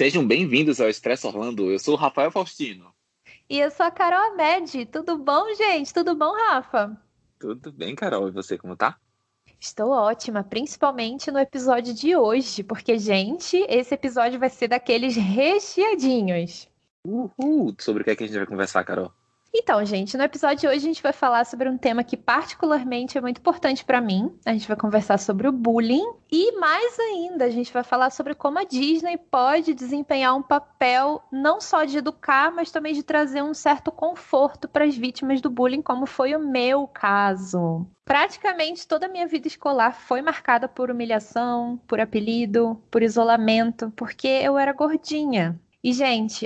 Sejam bem-vindos ao Expresso Orlando. Eu sou o Rafael Faustino. E eu sou a Carol Med. Tudo bom, gente? Tudo bom, Rafa? Tudo bem, Carol? E você, como tá? Estou ótima, principalmente no episódio de hoje, porque, gente, esse episódio vai ser daqueles recheadinhos. Uhul! Sobre o que é que a gente vai conversar, Carol? Então, gente, no episódio de hoje a gente vai falar sobre um tema que particularmente é muito importante para mim. A gente vai conversar sobre o bullying e mais ainda, a gente vai falar sobre como a Disney pode desempenhar um papel não só de educar, mas também de trazer um certo conforto para as vítimas do bullying, como foi o meu caso. Praticamente toda a minha vida escolar foi marcada por humilhação, por apelido, por isolamento, porque eu era gordinha. E, gente,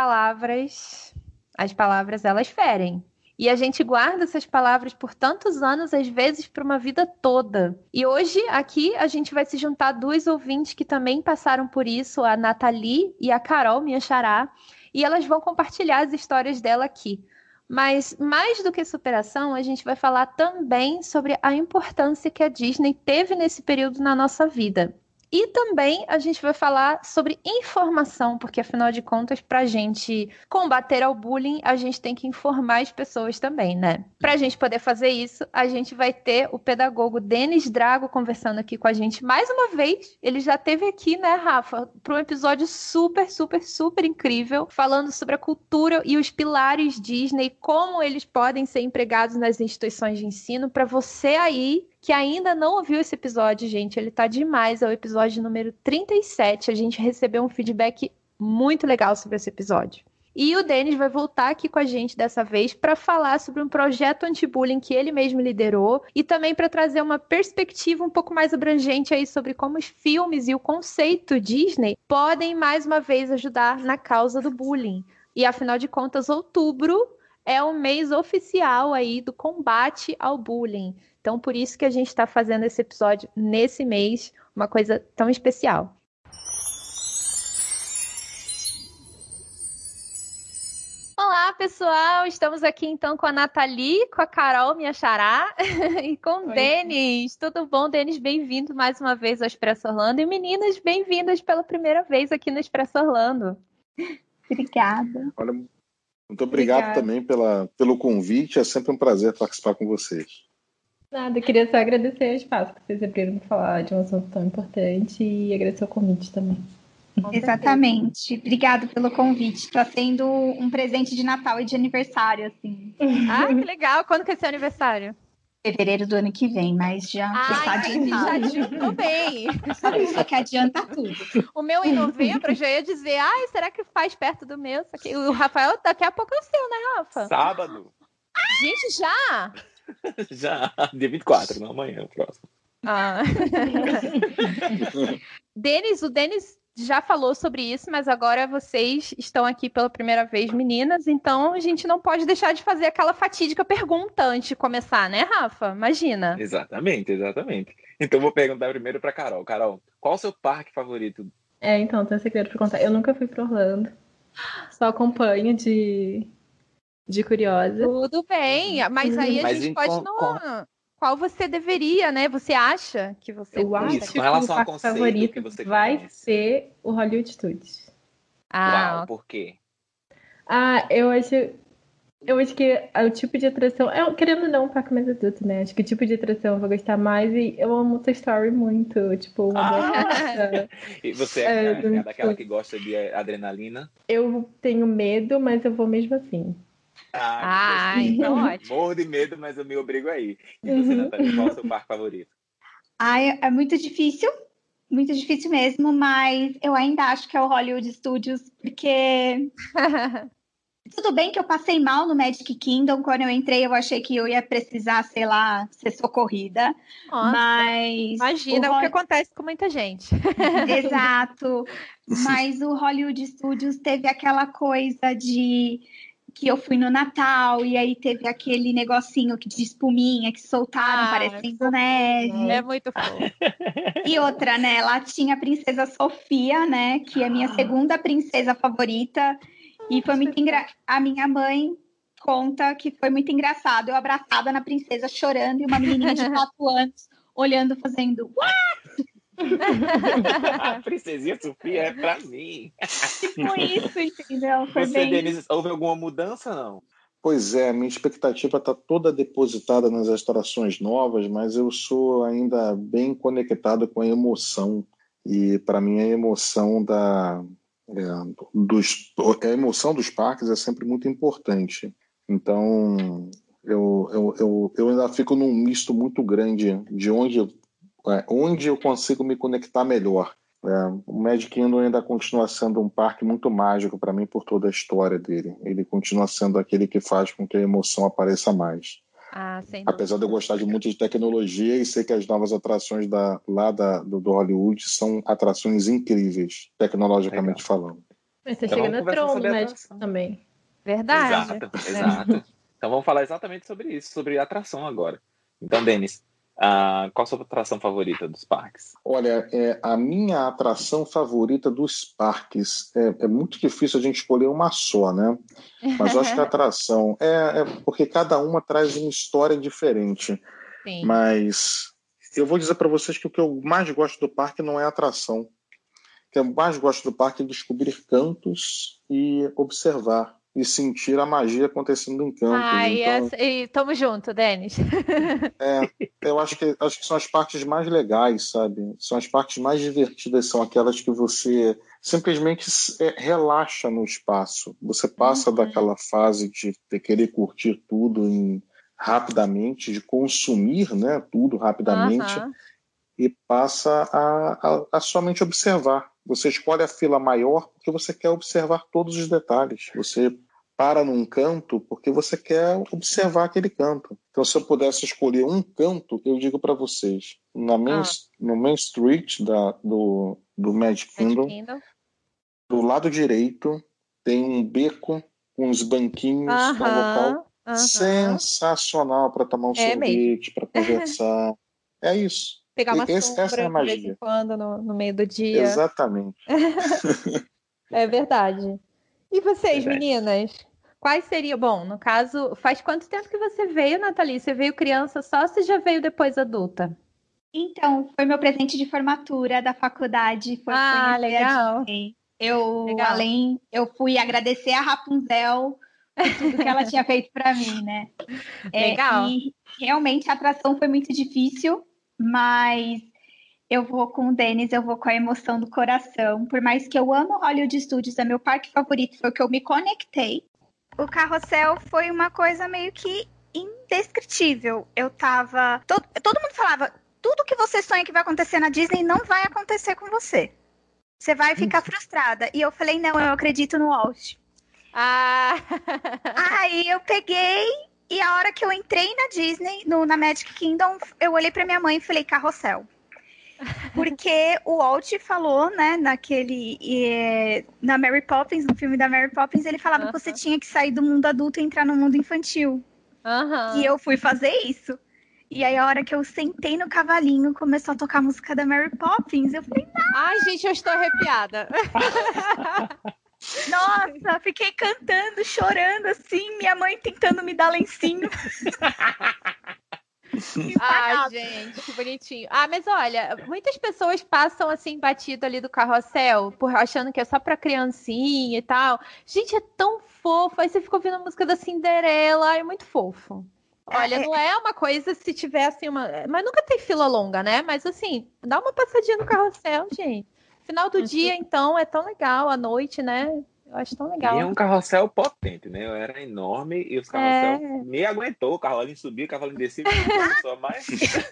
as palavras, elas ferem. E a gente guarda essas palavras por tantos anos, às vezes por uma vida toda. E hoje, aqui, a gente vai se juntar duas ouvintes que também passaram por isso, a Nathalie e a Carol, minha xará, e elas vão compartilhar as histórias dela aqui. Mas, mais do que superação, a gente vai falar também sobre a importância que a Disney teve nesse período na nossa vida. E também a gente vai falar sobre informação, porque afinal de contas, para a gente combater ao bullying, a gente tem que informar as pessoas também, né? Para a gente poder fazer isso, a gente vai ter o pedagogo Denis Drago conversando aqui com a gente mais uma vez. Ele já esteve aqui, né, Rafa, para um episódio super, super, super incrível, falando sobre a cultura e os pilares Disney, como eles podem ser empregados nas instituições de ensino. Para você aí que ainda não ouviu esse episódio, gente, ele tá demais, é o episódio número 37, a gente recebeu um feedback muito legal sobre esse episódio. E o Denis vai voltar aqui com a gente dessa vez para falar sobre um projeto anti-bullying que ele mesmo liderou e também para trazer uma perspectiva um pouco mais abrangente aí sobre como os filmes e o conceito Disney podem mais uma vez ajudar na causa do bullying. E afinal de contas, outubro é o mês oficial aí do combate ao bullying. Então, por isso que a gente está fazendo esse episódio nesse mês, uma coisa tão especial. Olá, pessoal! Estamos aqui então com a Nathalie, com a Carol, minha xará, e com o Denis. Tudo bom, Denis? Bem-vindo mais uma vez ao Expresso Orlando. E meninas, bem-vindas pela primeira vez aqui no Expresso Orlando. Obrigada. Olha, muito obrigado também pelo convite. É sempre um prazer participar com vocês. Nada, eu queria só agradecer o espaço que vocês abriram para falar de um assunto tão importante e agradecer o convite também. Exatamente. Obrigada pelo convite. Está sendo um presente de Natal e de aniversário, assim. Ah, que legal. Quando que é seu aniversário? Fevereiro do ano que vem, mas já está adiantado. Já adiantou bem. Só que adianta tudo. O meu em novembro, eu já ia dizer, será que faz perto do meu? Só que o Rafael, daqui a pouco é o seu, né, Rafa? Sábado. Gente, já? Já, dia 24, não amanhã, o próximo. O Denis já falou sobre isso, mas agora vocês estão aqui pela primeira vez, meninas, então a gente não pode deixar de fazer aquela fatídica pergunta antes de começar, né, Rafa? Imagina. Exatamente. Então vou perguntar primeiro para Carol. Carol, qual o seu parque favorito? Então, tem um segredo para contar. Eu nunca fui para Orlando, só acompanho de curiosa. Tudo bem, mas aí a gente pode qual você deveria, né? Você acha que você... Eu acho com relação que ao conceito favorito que você vai conhece. ser o Hollywood Studios. Uau, por quê? Eu acho que o tipo de atração... querendo ou não, um parque mais adulto, né? Acho que o tipo de atração eu vou gostar mais e eu amo Toy Story muito. Tipo, E você é daquela que gosta de adrenalina? Eu tenho medo, mas eu vou mesmo assim. Então ótimo. Morro de medo, mas eu me obrigo a ir. E você, Nathalie, qual é o seu parque favorito? É muito difícil mesmo, mas eu ainda acho que é o Hollywood Studios, porque tudo bem que eu passei mal no Magic Kingdom, quando eu entrei eu achei que eu ia precisar, sei lá, ser socorrida. Nossa, mas imagina o que acontece com muita gente. Exato, mas o Hollywood Studios teve aquela coisa de... que eu fui no Natal e aí teve aquele negocinho de espuminha que soltaram parecendo neve. É muito fofo. E outra, né? Lá tinha a princesa Sofia, né? Que é a minha segunda princesa favorita. E foi muito A minha mãe conta que foi muito engraçado. Eu abraçada na princesa chorando e uma menininha de 4 anos olhando, fazendo... What? A princesinha Sofia é pra mim. Tipo isso, entendeu? Foi Você, bem... Denise, houve alguma mudança, não? Pois é, minha expectativa está toda depositada nas atrações novas, mas eu sou ainda bem conectado com a emoção. E para mim a emoção a emoção dos parques é sempre muito importante. Então eu ainda fico num misto muito grande de onde eu consigo me conectar melhor. O Magic Kingdom ainda continua sendo um parque muito mágico para mim por toda a história dele. Ele continua sendo aquele que faz com que a emoção apareça mais. Sem dúvida. Apesar de eu gostar de muito de tecnologia e sei que as novas atrações do Hollywood são atrações incríveis, tecnologicamente falando. Mas você Então chega vamos no conversar Tron sobre do a Magic atração. também. Verdade. Exato. Então vamos falar exatamente sobre isso, sobre a atração agora. Então, Denis, qual a sua atração favorita dos parques? Olha, a minha atração favorita dos parques é muito difícil a gente escolher uma só, né? Mas eu acho que a atração porque cada uma traz uma história diferente. Sim. Mas eu vou dizer para vocês que o que eu mais gosto do parque não é a atração. O que eu mais gosto do parque é descobrir cantos e observar e sentir a magia acontecendo em cantos. E tamo junto, Denis. Eu acho que são as partes mais legais, sabe? São as partes mais divertidas, são aquelas que você simplesmente relaxa no espaço. Você passa daquela fase de querer curtir tudo rapidamente, de consumir, né, tudo rapidamente, e passa a somente observar. Você escolhe a fila maior porque você quer observar todos os detalhes. Você para num canto porque você quer observar aquele canto. Então, se eu pudesse escolher um canto, eu digo para vocês, no Main Street do Magic Kingdom, do lado direito tem um beco com uns banquinhos, um local sensacional para tomar um sorvete, para conversar. É isso. Pegar uma essa é a sombra magia. de vez em quando no meio do dia. Exatamente. É verdade. E vocês, meninas? Quais seriam? Bom, no caso, faz quanto tempo que você veio, Nathalie? Você veio criança só ou você já veio depois adulta? Então, foi meu presente de formatura da faculdade. Foi legal. A Disney. Eu fui agradecer a Rapunzel por tudo que ela tinha feito para mim, né? Legal. E realmente a atração foi muito difícil, mas eu vou com o Denis, eu vou com a emoção do coração. Por mais que eu amo Hollywood Studios, é meu parque favorito, foi o que eu me conectei. O carrossel foi uma coisa meio que indescritível. Todo mundo falava, tudo que você sonha que vai acontecer na Disney não vai acontecer com você. Você vai ficar frustrada. E eu falei, não, eu acredito no Walt. Aí eu peguei, e a hora que eu entrei na Disney, na Magic Kingdom, eu olhei pra minha mãe e falei, carrossel. Porque o Walt falou, né, na Mary Poppins, no filme da Mary Poppins, ele falava que você tinha que sair do mundo adulto e entrar no mundo infantil. E eu fui fazer isso. E aí, a hora que eu sentei no cavalinho, começou a tocar a música da Mary Poppins. Eu falei, ai, gente, eu estou arrepiada. Nossa, fiquei cantando, chorando, assim, minha mãe tentando me dar lencinho. Ai, gente, que bonitinho. Mas olha, muitas pessoas passam assim, batido ali do carrossel, achando que é só pra criancinha e tal. Gente, é tão fofo. Aí você fica ouvindo a música da Cinderela, é muito fofo. Olha, não é uma coisa se tiver assim mas nunca tem fila longa, né? Mas assim, dá uma passadinha no carrossel, gente. Final do dia, então, é tão legal, à noite, né? Eu acho tão legal. E é um carrossel potente, né? Era enorme e os carrossel me aguentou. O cavalinho subia, o cavalinho descia, só mais.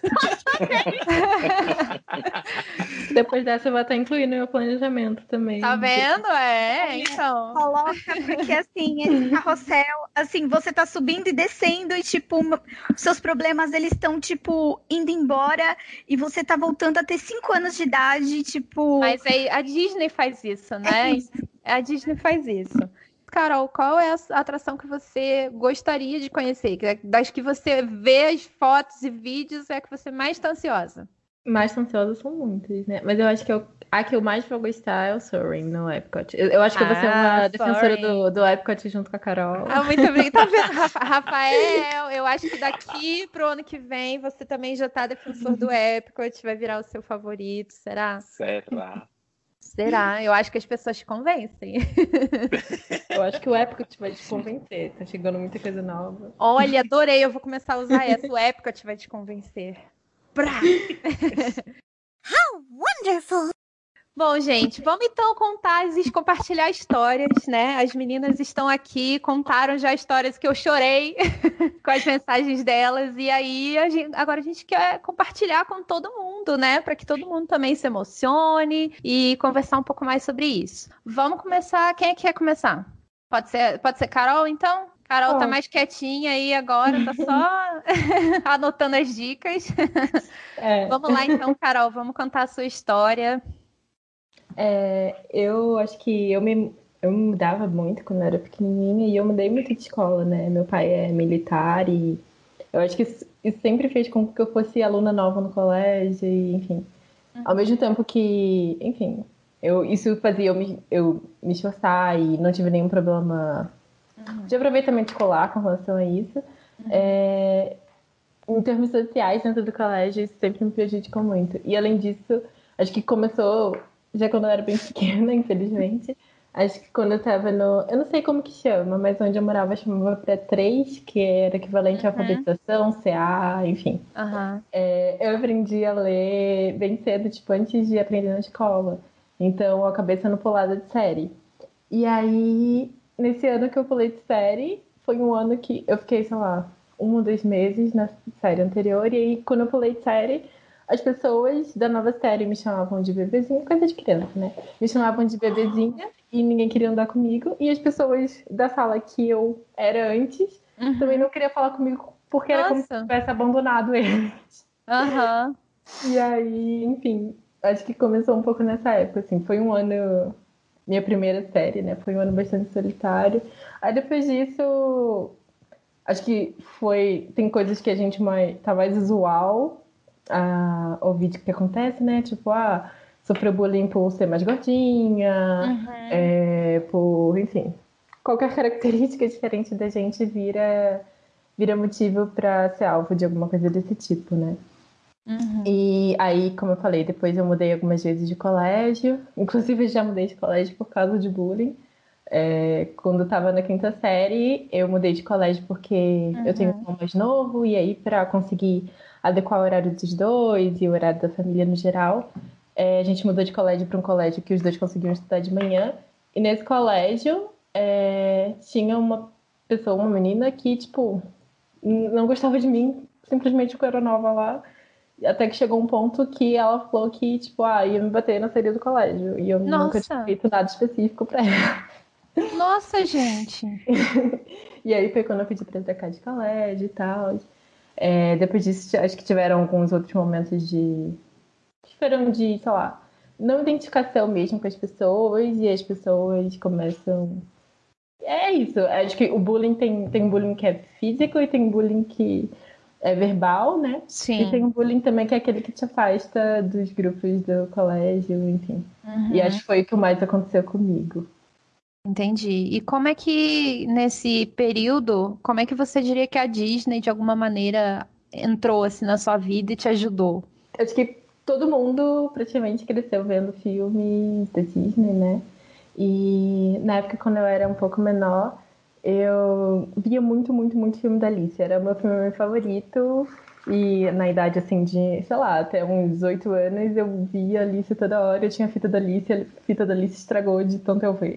Depois dessa eu vou até incluir no meu planejamento também. Tá vendo? Então. Coloca, porque assim, esse carrossel, assim, você tá subindo e descendo e, tipo, seus problemas, eles estão, tipo, indo embora e você tá voltando a ter 5 anos de idade, tipo... Mas aí a Disney faz isso, né? A Disney faz isso. Carol, qual é a atração que você gostaria de conhecer? Das que você vê as fotos e vídeos, é a que você mais está ansiosa? Mais ansiosa são muitas, né? Mas eu acho que A que eu mais vou gostar é o Soaring no Epcot. Eu acho que eu vou ser uma defensora do Epcot junto com a Carol. Muito obrigada. Tá vendo, Rafael? Eu acho que daqui pro ano que vem você também já tá defensor do Epcot, vai virar o seu favorito, será? Será? Será? Eu acho que as pessoas te convencem. Eu acho que o Epcot vai te convencer. Tá chegando muita coisa nova. Olha, adorei. Eu vou começar a usar essa. O Epcot vai te convencer. Brá! How wonderful! Bom, gente, vamos então compartilhar histórias, né? As meninas estão aqui, contaram já histórias que eu chorei com as mensagens delas, e aí agora a gente quer compartilhar com todo mundo, né? Para que todo mundo também se emocione e conversar um pouco mais sobre isso. Vamos começar. Quem é que quer começar? Pode ser Carol, então? Carol tá mais quietinha aí agora, tá só anotando as dicas. Vamos lá então, Carol, vamos contar a sua história. Eu acho que eu me mudava muito quando eu era pequenininha e eu mudei muito de escola, né? Meu pai é militar e eu acho que isso sempre fez com que eu fosse aluna nova no colégio e, enfim. Ao mesmo tempo que, enfim, isso fazia eu me esforçar e não tive nenhum problema de aproveitamento escolar com relação a isso. Em termos sociais, dentro do colégio, isso sempre me prejudicou muito. E, além disso, acho que começou já quando eu era bem pequena, infelizmente. Acho que quando eu tava eu não sei como que chama, mas onde eu morava chamava pré-3, que era equivalente à alfabetização, CA, enfim. Eu aprendi a ler bem cedo, tipo, antes de aprender na escola. Então, eu acabei sendo pulada de série. E aí, nesse ano que eu pulei de série, foi um ano que eu fiquei, sei lá, 1 ou 2 meses na série anterior. E aí, quando eu pulei de série, as pessoas da nova série me chamavam de bebezinha, coisa de criança, né? Me chamavam de bebezinha e ninguém queria andar comigo. E as pessoas da sala que eu era antes também não queriam falar comigo porque era como se eu tivesse abandonado eles. E aí, enfim, acho que começou um pouco nessa época, assim. Foi um ano, minha primeira série, né? Foi um ano bastante solitário. Aí depois disso, acho que tem coisas que a gente tá mais usual a ouvir que acontece, né? Tipo, sofreu bullying por ser mais gordinha, por, enfim, qualquer característica diferente da gente vira motivo para ser alvo de alguma coisa desse tipo, né? E aí, como eu falei, depois eu mudei algumas vezes de colégio, inclusive já mudei de colégio por causa de bullying. Quando eu tava na 5ª série, eu mudei de colégio porque eu tenho um irmão mais novo, e aí para conseguir adequar o horário dos dois e o horário da família no geral, a gente mudou de colégio para um colégio que os dois conseguiam estudar de manhã. E nesse colégio tinha uma pessoa, uma menina que, tipo, não gostava de mim, simplesmente porque eu era nova lá. Até que chegou um ponto que ela falou que, tipo, ia me bater na saída do colégio. E eu nunca tinha feito nada específico pra ela. Nossa, gente! E aí foi quando eu pedi pra trocar de colégio e tal. Depois disso, acho que tiveram alguns outros momentos que foram de, sei lá, não identificação mesmo com as pessoas, e as pessoas começam... É isso, acho que o bullying tem bullying que é físico e tem bullying que é verbal, né? Sim. E tem um bullying também que é aquele que te afasta dos grupos do colégio, enfim. E acho que foi o que mais aconteceu comigo. Entendi. E como é que, nesse período, como é que você diria que a Disney, de alguma maneira, entrou assim na sua vida e te ajudou? Acho que todo mundo praticamente cresceu vendo filmes da Disney, né? E na época, quando eu era um pouco menor, eu via muito, muito, muito filme da Alice. Era o meu filme favorito. E na idade, assim, de, sei lá, até uns 8 anos, eu via Alice toda hora. Eu tinha a fita da Alice, a fita da Alice estragou de tanto eu ver.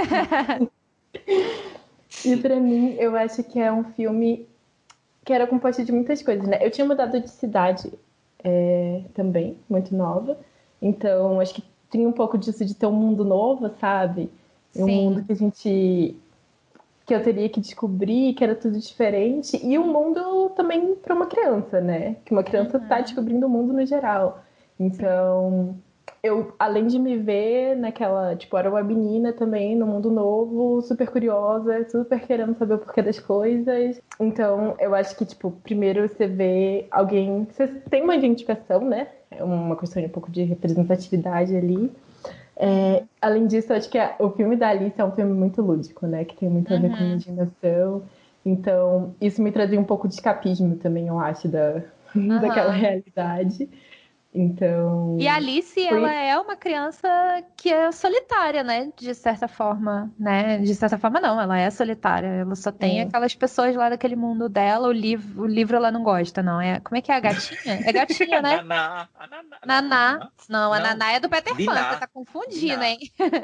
E pra mim, eu acho que é um filme que era composto de muitas coisas, né? Eu tinha mudado de cidade também, muito nova. Então, acho que tinha um pouco disso de ter um mundo novo, sabe? Sim. Um mundo que eu teria que descobrir, que era tudo diferente. E um mundo também para uma criança, né? Que uma criança tá descobrindo o mundo no geral. Então, eu, além de me ver naquela, tipo, era uma menina também no mundo novo, super curiosa, super querendo saber o porquê das coisas. Então, eu acho que, tipo, primeiro você vê alguém, você tem uma identificação, né? É uma questão de um pouco de representatividade ali. Além disso, eu acho que o filme da Alice é um filme muito lúdico, né? Que tem muito a ver com imaginação. Então, isso me trazia um pouco de escapismo também, eu acho, daquela realidade. Então... E a Alice, ela é uma criança que é solitária, né? De certa forma, né? De certa forma, não, ela é solitária. Ela só tem aquelas pessoas lá daquele mundo dela. O livro ela não gosta, não. Como é que é a gatinha? É gatinha, né? Naná. Não, a Naná é do Peter Pan. Você tá confundindo, hein?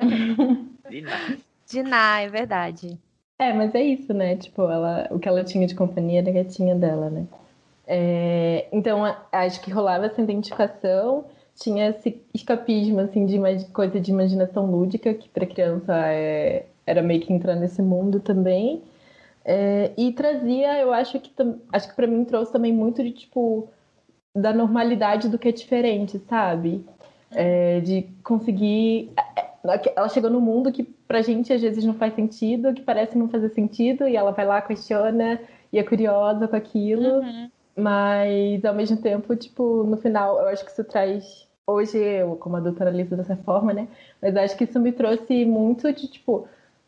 Diná, é verdade. Mas é isso, né? Tipo, o que ela tinha de companhia era a gatinha dela, né? Então, acho que rolava essa identificação, tinha esse escapismo, assim, de coisa de imaginação lúdica, que para criança era meio que entrar nesse mundo também. E trazia, eu acho que para mim trouxe também muito de, tipo, da normalidade do que é diferente, sabe? De conseguir... Ela chegou num mundo que pra gente às vezes não faz sentido, que parece não fazer sentido, e ela vai lá, questiona, e é curiosa com aquilo. Mas, ao mesmo tempo, tipo, no final, eu acho que isso traz... Hoje, eu, como adulta, analiso dessa forma, né? Mas acho que isso me trouxe muito de, tipo...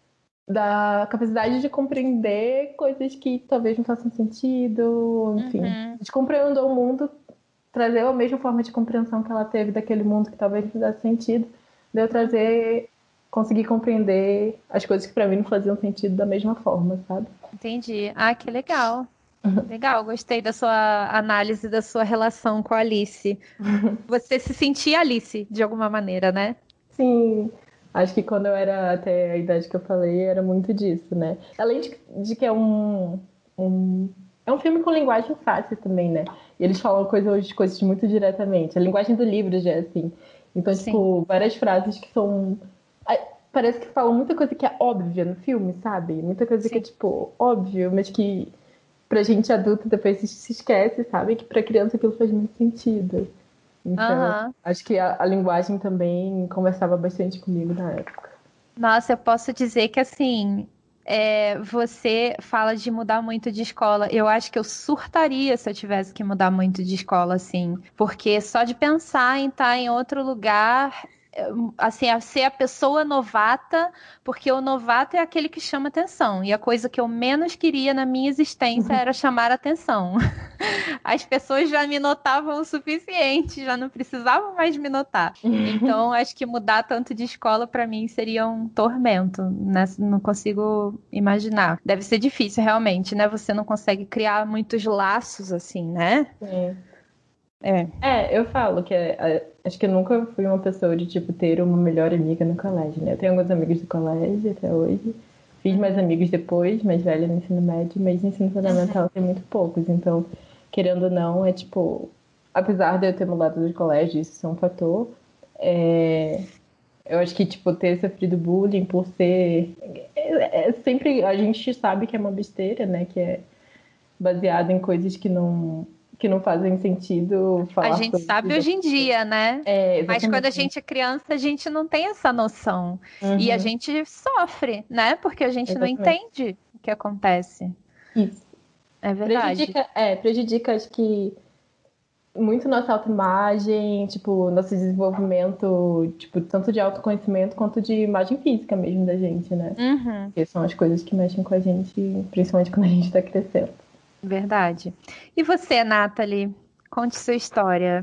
Da capacidade de compreender coisas que talvez não façam sentido, enfim. De compreender o mundo, trazer a mesma forma de compreensão que ela teve daquele mundo que talvez não fizesse sentido. De eu conseguir compreender as coisas que pra mim não faziam sentido da mesma forma, sabe? Entendi. Ah, que legal. Legal, gostei da sua análise da sua relação com a Alice. Você se sentia Alice, de alguma maneira, né? Sim, acho que quando eu era até a idade que eu falei, era muito disso, né? Além de que é um filme com linguagem fácil também, né? E eles falam coisas muito diretamente. A linguagem do livro já é assim. Então, tipo, várias frases que são... Parece que falam muita coisa que é óbvia no filme, sabe? Muita coisa que é, tipo, óbvio, mas que pra gente adulta depois se esquece, sabe? Que pra criança aquilo faz muito sentido. Então, acho que a linguagem também conversava bastante comigo na época. Nossa, eu posso dizer que, assim, você fala de mudar muito de escola. Eu acho que eu surtaria se eu tivesse que mudar muito de escola, assim. Porque só de pensar em estar em outro lugar... assim, a ser a pessoa novata, porque o novato é aquele que chama atenção, e a coisa que eu menos queria na minha existência era chamar atenção. As pessoas já me notavam o suficiente, já não precisavam mais me notar. Então, acho que mudar tanto de escola para mim seria um tormento, né? Não consigo imaginar. Deve ser difícil, realmente, né? Você não consegue criar muitos laços assim, né? Sim. Eu falo que acho que eu nunca fui uma pessoa de, tipo, ter uma melhor amiga no colégio, né? Eu tenho alguns amigos do colégio até hoje. Fiz mais amigos depois, mais velha no ensino médio, mas no ensino fundamental tem muito poucos. Então, querendo ou não, é tipo... Apesar de eu ter mudado de colégio, isso é um fator. Eu acho que, tipo, ter sofrido bullying por ser... sempre... A gente sabe que é uma besteira, né? Que é baseado em coisas que não fazem sentido falar. A gente sabe hoje em dia, né? Mas quando a gente é criança, a gente não tem essa noção. E a gente sofre, né? Porque a gente não entende o que acontece. Isso. É verdade. Prejudica, acho que, muito nossa autoimagem, tipo, nosso desenvolvimento, tipo, tanto de autoconhecimento quanto de imagem física mesmo da gente, né? Porque são as coisas que mexem com a gente, principalmente quando a gente tá crescendo. Verdade. E você, Nathalie? Conte sua história.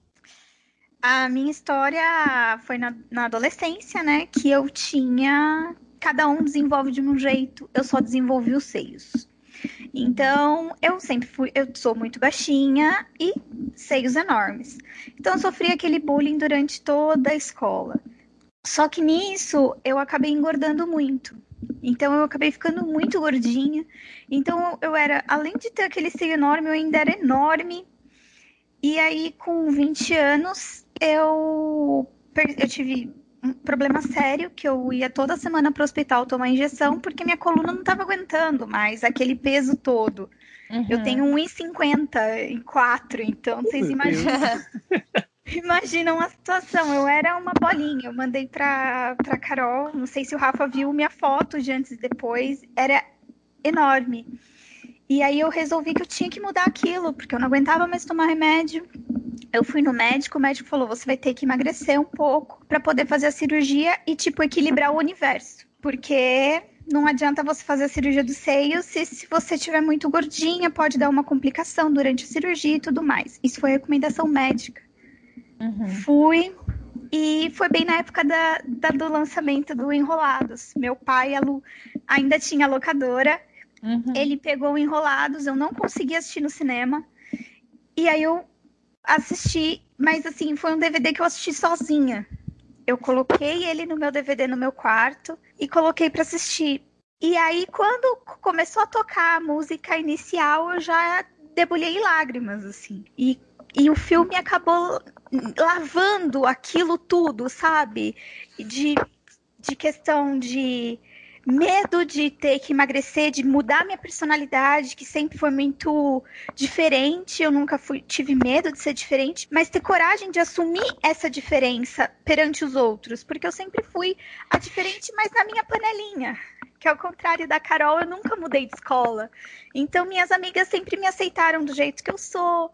A minha história foi na adolescência, né? Que eu tinha... Cada um desenvolve de um jeito. Eu só desenvolvi os seios. Então, eu sou muito baixinha e seios enormes. Então, eu sofri aquele bullying durante toda a escola. Só que nisso, eu acabei engordando muito. Então, eu acabei ficando muito gordinha. Então, eu era, além de ter aquele seio enorme, eu ainda era enorme. E aí, com 20 anos, eu tive um problema sério, que eu ia toda semana para o hospital tomar injeção, porque minha coluna não estava aguentando mais aquele peso todo. Eu tenho 1,50 em 4, então vocês imaginam. Imagina uma situação, eu era uma bolinha, eu mandei pra Carol, não sei se o Rafa viu minha foto de antes e depois, era enorme. E aí eu resolvi que eu tinha que mudar aquilo, porque eu não aguentava mais tomar remédio. Eu fui no médico, o médico falou, você vai ter que emagrecer um pouco pra poder fazer a cirurgia e, tipo, equilibrar o universo. Porque não adianta você fazer a cirurgia dos seios se você estiver muito gordinha, pode dar uma complicação durante a cirurgia e tudo mais. Isso foi recomendação médica. Fui, e foi bem na época do lançamento do Enrolados. Meu pai ainda tinha locadora, ele pegou o Enrolados, eu não consegui assistir no cinema, e aí eu assisti, mas assim, foi um DVD que eu assisti sozinha. Eu coloquei ele no meu DVD no meu quarto e coloquei para assistir. E aí, quando começou a tocar a música inicial, eu já debulhei em lágrimas, assim. E o filme acabou lavando aquilo tudo, sabe? De questão de medo de ter que emagrecer, de mudar minha personalidade, que sempre foi muito diferente. Eu nunca tive medo de ser diferente, mas ter coragem de assumir essa diferença perante os outros, porque eu sempre fui a diferente, mas na minha panelinha. Que ao contrário da Carol, eu nunca mudei de escola. Então, minhas amigas sempre me aceitaram do jeito que eu sou.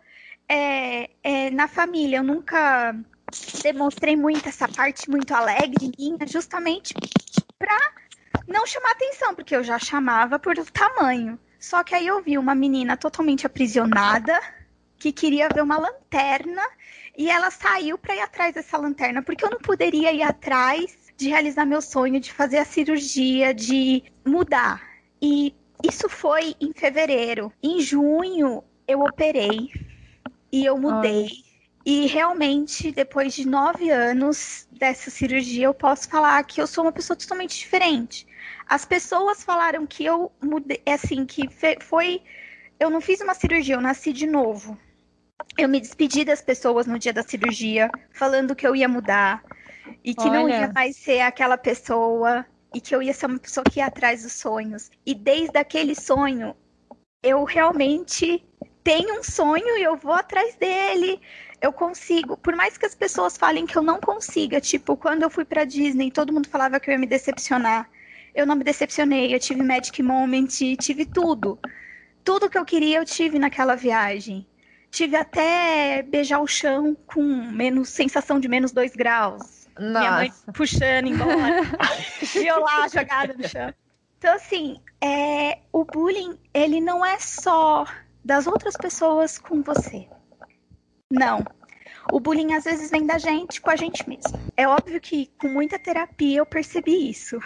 Na família, eu nunca demonstrei muito essa parte muito alegre minha, justamente para não chamar atenção, porque eu já chamava por tamanho. Só que aí eu vi uma menina totalmente aprisionada, que queria ver uma lanterna, e ela saiu para ir atrás dessa lanterna, porque eu não poderia ir atrás de realizar meu sonho, de fazer a cirurgia, de mudar. E isso foi em fevereiro. Em junho, eu operei. E eu mudei. E realmente, depois de 9 anos dessa cirurgia, eu posso falar que eu sou uma pessoa totalmente diferente. As pessoas falaram que eu mudei, assim, que foi... Eu não fiz uma cirurgia, eu nasci de novo. Eu me despedi das pessoas no dia da cirurgia, falando que eu ia mudar. E que não ia mais ser aquela pessoa. E que eu ia ser uma pessoa que ia atrás dos sonhos. E desde aquele sonho, eu realmente... tenho um sonho e eu vou atrás dele, eu consigo. Por mais que as pessoas falem que eu não consiga, tipo, quando eu fui pra Disney, todo mundo falava que eu ia me decepcionar. Eu não me decepcionei, eu tive Magic Moment, tive tudo. Tudo que eu queria eu tive naquela viagem. Tive até beijar o chão com sensação de menos 2 graus. Nossa. Minha mãe puxando embora. E eu lá jogada no chão. Então, assim, o bullying, ele não é só... das outras pessoas com você. Não. O bullying às vezes vem da gente com a gente mesmo. É óbvio que com muita terapia eu percebi isso.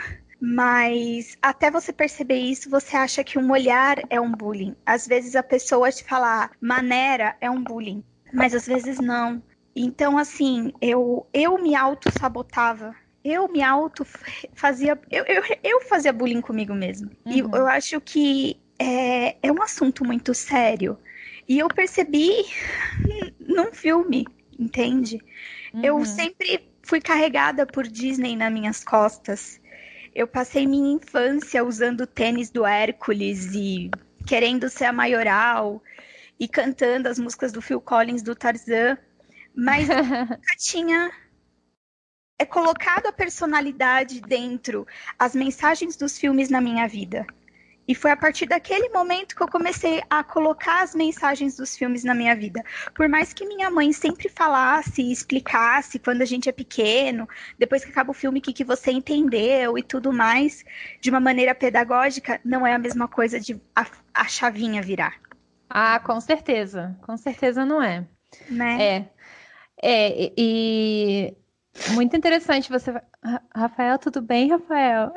Mas até você perceber isso, você acha que um olhar é um bullying. Às vezes a pessoa te falar maneira é um bullying. Mas às vezes não. Então, assim, eu me auto-sabotava. Eu me auto-fazia... Eu fazia bullying comigo mesmo. E eu acho que é um assunto muito sério. E eu percebi num filme, entende? Eu sempre fui carregada por Disney nas minhas costas. Eu passei minha infância usando tênis do Hércules e querendo ser a maioral e cantando as músicas do Phil Collins, do Tarzan. Mas eu nunca tinha colocado a personalidade dentro, as mensagens dos filmes na minha vida. E foi a partir daquele momento que eu comecei a colocar as mensagens dos filmes na minha vida. Por mais que minha mãe sempre falasse e explicasse quando a gente é pequeno, depois que acaba o filme, o que você entendeu e tudo mais, de uma maneira pedagógica, não é a mesma coisa de a chavinha virar. Ah, com certeza. Com certeza não é. Né? E muito interessante você... Rafael, tudo bem, Rafael?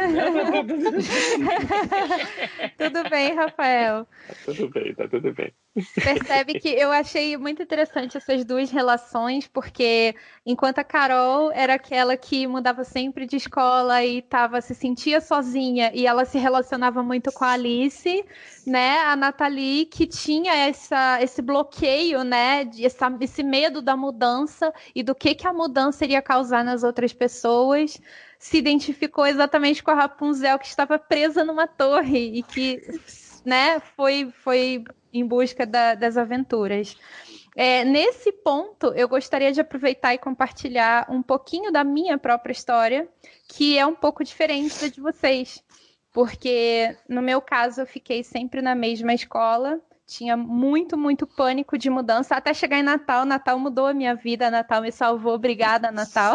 Tudo bem, Rafael? Tá tudo bem. Percebe que eu achei muito interessante essas duas relações, porque enquanto a Carol era aquela que mudava sempre de escola e se sentia sozinha, e ela se relacionava muito com a Alice, né? A Nathalie, que tinha esse bloqueio, né? Esse medo da mudança e do que a mudança iria causar nas outras pessoas, se identificou exatamente com a Rapunzel, que estava presa numa torre e que, né, foi em busca das aventuras. Nesse ponto, eu gostaria de aproveitar e compartilhar um pouquinho da minha própria história, que é um pouco diferente da de vocês. Porque, no meu caso, eu fiquei sempre na mesma escola, tinha muito, muito pânico de mudança, até chegar em Natal. Natal mudou a minha vida, Natal me salvou, obrigada, Natal.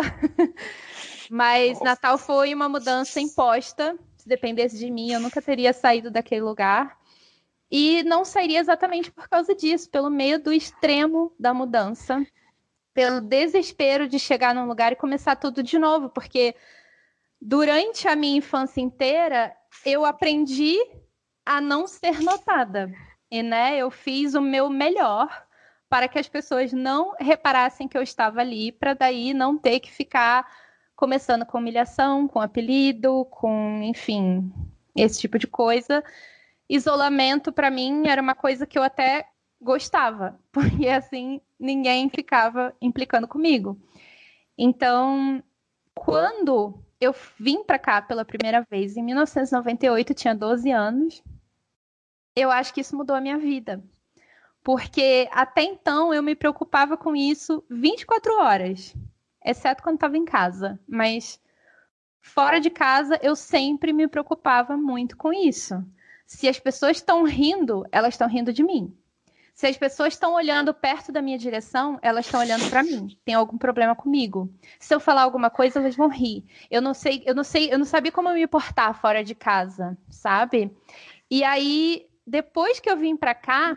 Mas Natal foi uma mudança imposta, se dependesse de mim, eu nunca teria saído daquele lugar. E não sairia exatamente por causa disso, pelo medo extremo da mudança, pelo desespero de chegar num lugar e começar tudo de novo, porque durante a minha infância inteira, eu aprendi a não ser notada. E, né, eu fiz o meu melhor para que as pessoas não reparassem que eu estava ali, para daí não ter que ficar começando com humilhação, com apelido, com, enfim, esse tipo de coisa. Isolamento, para mim, era uma coisa que eu até gostava, porque assim ninguém ficava implicando comigo. Então, quando eu vim para cá pela primeira vez, em 1998, eu tinha 12 anos, eu acho que isso mudou a minha vida. Porque até então eu me preocupava com isso 24 horas, exceto quando estava em casa. Mas fora de casa, eu sempre me preocupava muito com isso. Se as pessoas estão rindo, elas estão rindo de mim. Se as pessoas estão olhando perto da minha direção, elas estão olhando para mim. Tem algum problema comigo? Se eu falar alguma coisa, elas vão rir. Eu não sabia como me portar fora de casa, sabe? E aí, depois que eu vim para cá,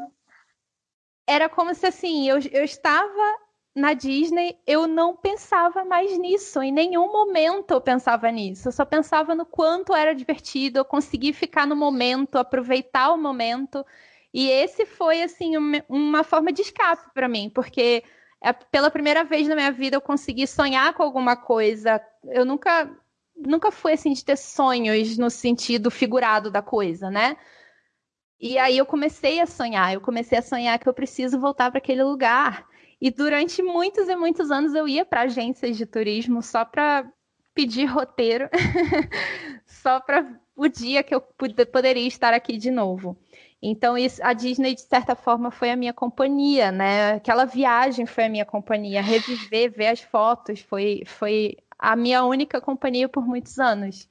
era como se assim, eu estava na Disney, eu não pensava mais nisso. Em nenhum momento eu pensava nisso. Eu só pensava no quanto era divertido, eu consegui ficar no momento, aproveitar o momento. E esse foi, assim, uma forma de escape para mim, porque pela primeira vez na minha vida eu consegui sonhar com alguma coisa. Eu nunca fui, assim, de ter sonhos no sentido figurado da coisa, né? E aí eu comecei a sonhar que eu preciso voltar para aquele lugar. E durante muitos e muitos anos eu ia para agências de turismo só para pedir roteiro, só para o dia que eu poderia estar aqui de novo. Então a Disney, de certa forma, foi a minha companhia, né? Aquela viagem foi a minha companhia. Reviver, ver as fotos, foi a minha única companhia por muitos anos.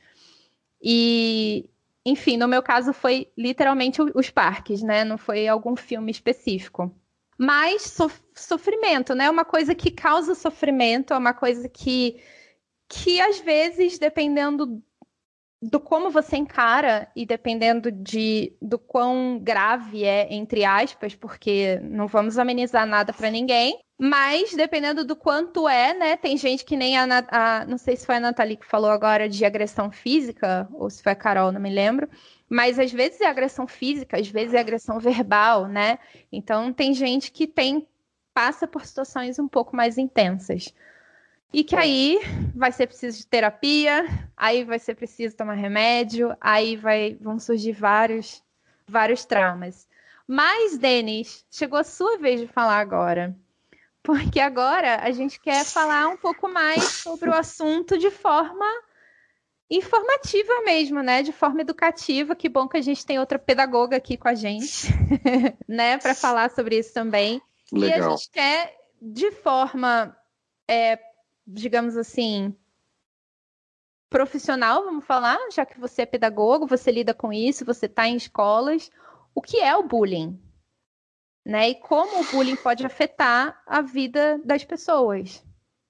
E, enfim, no meu caso foi literalmente os parques, né? Não foi algum filme específico. Mas sofrimento, né? Uma coisa que causa sofrimento, é uma coisa que às vezes, dependendo do como você encara e dependendo do quão grave é, entre aspas, porque não vamos amenizar nada para ninguém, mas dependendo do quanto é, né? Tem gente que nem não sei se foi a Nathalie que falou agora de agressão física, ou se foi a Carol, não me lembro. Mas às vezes é agressão física, às vezes é agressão verbal, né? Então tem gente que passa por situações um pouco mais intensas. E que aí vai ser preciso de terapia, aí vai ser preciso tomar remédio, aí vão surgir vários traumas. Mas, Denis, chegou a sua vez de falar agora. Porque agora a gente quer falar um pouco mais sobre o assunto de forma informativa mesmo, né? De forma educativa. Que bom que a gente tem outra pedagoga aqui com a gente, né? Para falar sobre isso também. Legal. E a gente quer, de forma, digamos assim, profissional, vamos falar, já que você é pedagogo, você lida com isso, você está em escolas. O que é o bullying? Né? E como o bullying pode afetar a vida das pessoas?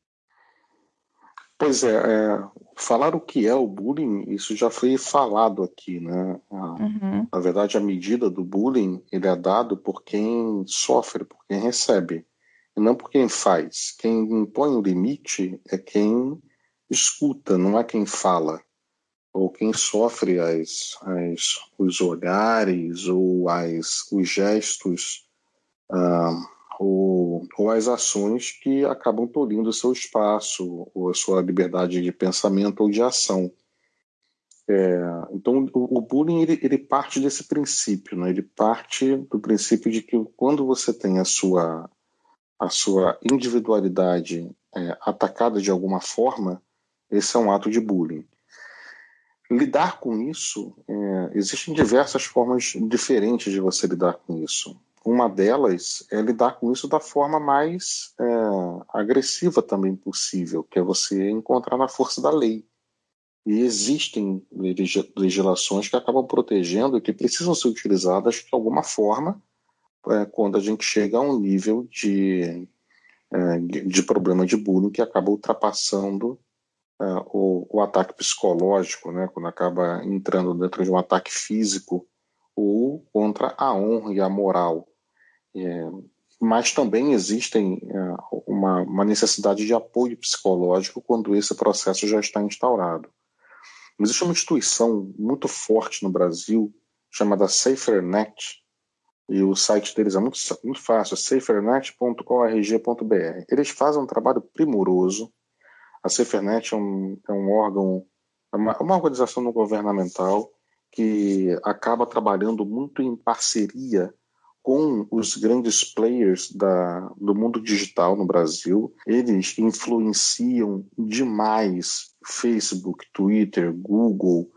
Pois falar o que é o bullying, isso já foi falado aqui, né? Na verdade, a medida do bullying, ele é dado por quem sofre, por quem recebe, e não por quem faz. Quem impõe o limite é quem escuta, não é quem fala, ou quem sofre os olhares, ou os gestos, ou as ações que acabam tolhindo o seu espaço, ou a sua liberdade de pensamento ou de ação. Então, o bullying ele parte desse princípio, né? Ele parte do princípio de que quando você tem a sua individualidade atacada de alguma forma, esse é um ato de bullying. Lidar com isso, existem diversas formas diferentes de você lidar com isso. uma delas é lidar com isso da forma mais agressiva também possível, que é você encontrar na força da lei. E existem legislações que acabam protegendo e que precisam ser utilizadas de alguma forma quando a gente chega a um nível de problema de bullying que acaba ultrapassando o ataque psicológico, né, quando acaba entrando dentro de um ataque físico ou contra a honra e a moral. Mas também existem uma necessidade de apoio psicológico quando esse processo já está instaurado. Existe uma instituição muito forte no Brasil chamada SaferNet, e o site deles é muito fácil, safernet.org.br. Eles fazem um trabalho primoroso. A SaferNet é um órgão, uma organização não governamental que acaba trabalhando muito em parceria com os grandes players do mundo digital no Brasil. Eles influenciam demais Facebook, Twitter, Google,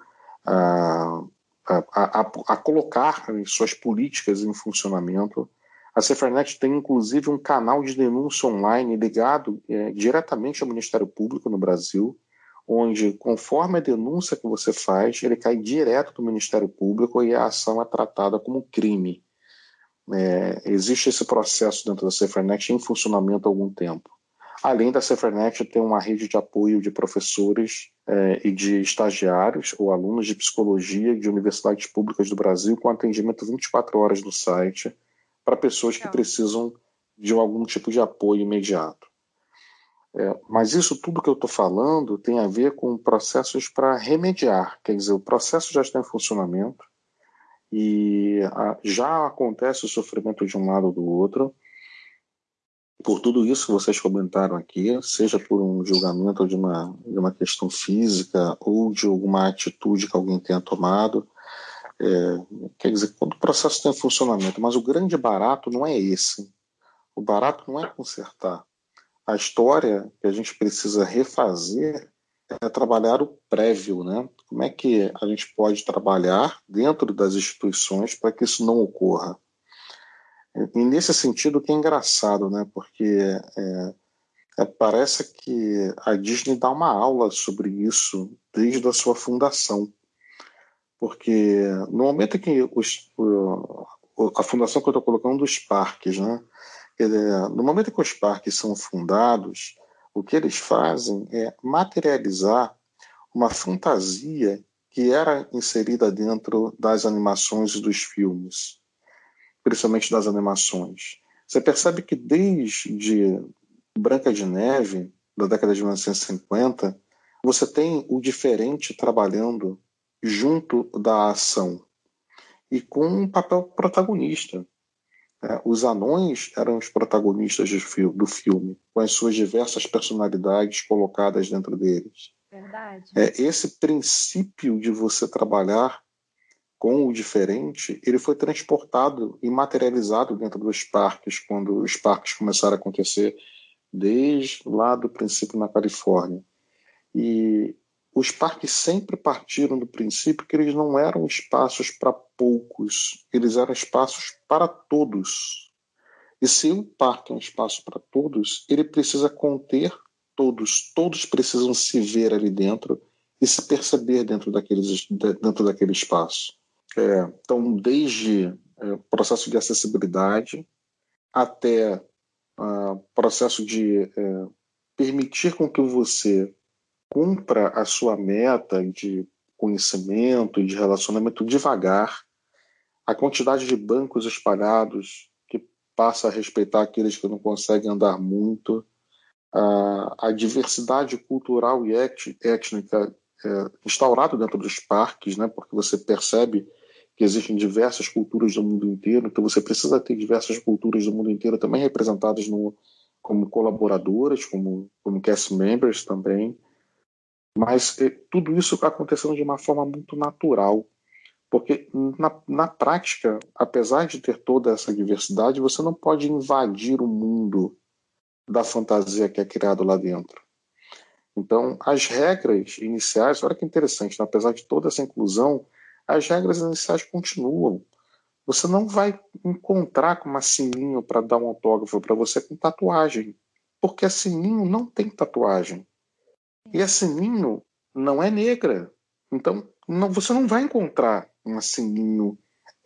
a colocar suas políticas em funcionamento. A SaferNet tem, inclusive, um canal de denúncia online ligado diretamente ao Ministério Público no Brasil, onde, conforme a denúncia que você faz, ele cai direto do Ministério Público e a ação é tratada como crime. Existe esse processo dentro da SaferNet em funcionamento há algum tempo. Além da SaferNet, tem uma rede de apoio de professores e de estagiários ou alunos de psicologia de universidades públicas do Brasil com atendimento 24 horas no site para pessoas que precisam de algum tipo de apoio imediato. Mas isso tudo que eu estou falando tem a ver com processos para remediar, quer dizer, o processo já está em funcionamento e já acontece o sofrimento de um lado ou do outro. Por tudo isso que vocês comentaram aqui, seja por um julgamento de uma questão física ou de alguma atitude que alguém tenha tomado, quer dizer, quando o processo está em funcionamento, mas o grande barato não é esse. O barato não é consertar. A história que a gente precisa refazer é trabalhar o prévio, né? Como é que a gente pode trabalhar dentro das instituições para que isso não ocorra? E nesse sentido que é engraçado, né? Porque parece que a Disney dá uma aula sobre isso desde a sua fundação. Porque no momento que a fundação que eu estou colocando dos parques, né? No momento que os parques são fundados, o que eles fazem é materializar uma fantasia que era inserida dentro das animações e dos filmes, principalmente das animações. Você percebe que desde Branca de Neve, da década de 1950, você tem o diferente trabalhando junto da ação e com um papel protagonista. Os anões eram os protagonistas do filme, com as suas diversas personalidades colocadas dentro deles. Verdade. Esse princípio de você trabalhar com o diferente, ele foi transportado e materializado dentro dos parques, quando os parques começaram a acontecer desde lá do princípio na Califórnia. E os parques sempre partiram do princípio que eles não eram espaços para poucos, eles eram espaços para todos. E se o parque é um espaço para todos, ele precisa conter todos. Todos precisam se ver ali dentro e se perceber dentro daquele espaço. Então, desde processo de acessibilidade até processo de permitir com que você cumpra a sua meta de conhecimento e de relacionamento devagar, a quantidade de bancos espalhados que passa a respeitar aqueles que não conseguem andar muito, a diversidade cultural e étnica instaurada dentro dos parques, né, porque você percebe que existem diversas culturas do mundo inteiro, então você precisa ter diversas culturas do mundo inteiro também representadas como colaboradoras, como cast members também. Mas tudo isso está acontecendo de uma forma muito natural, porque na prática, apesar de ter toda essa diversidade, você não pode invadir o mundo da fantasia que é criado lá dentro. Então, as regras iniciais, olha que interessante, né? Apesar de toda essa inclusão, as regras iniciais continuam. Você não vai encontrar com uma Sininho para dar um autógrafo para você com tatuagem, porque a Sininho não tem tatuagem. E a Sininho não é negra. Então, você não vai encontrar uma Sininho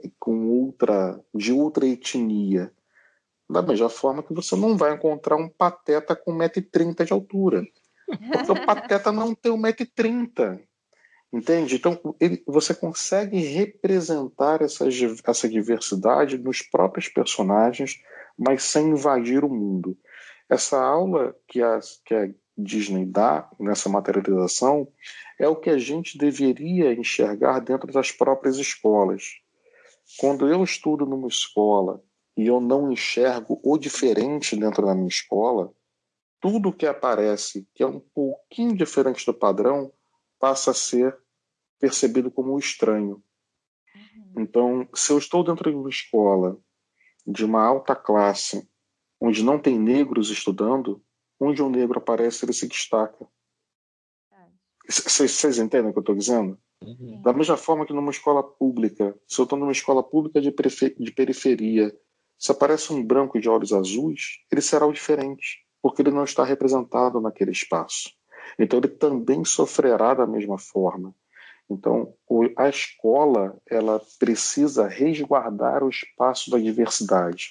de outra etnia. Da mesma forma que você não vai encontrar um Pateta com 1,30 m de altura. Porque o Pateta não tem 1,30 m. Entende? Então, você consegue representar essa diversidade nos próprios personagens, mas sem invadir o mundo. Essa aula que a Disney dá nessa materialização é o que a gente deveria enxergar dentro das próprias escolas. Quando eu estudo numa escola e eu não enxergo o diferente dentro da minha escola, tudo que aparece que é um pouquinho diferente do padrão passa a ser percebido como estranho. Então, se eu estou dentro de uma escola de uma alta classe, onde não tem negros estudando, onde um negro aparece, ele se destaca. Vocês entendem o que eu estou dizendo? Da mesma forma que numa escola pública, se eu estou numa escola pública de periferia, se aparece um branco de olhos azuis, ele será o diferente, porque ele não está representado naquele espaço. Então ele também sofrerá da mesma forma. Então a escola, ela precisa resguardar o espaço da diversidade.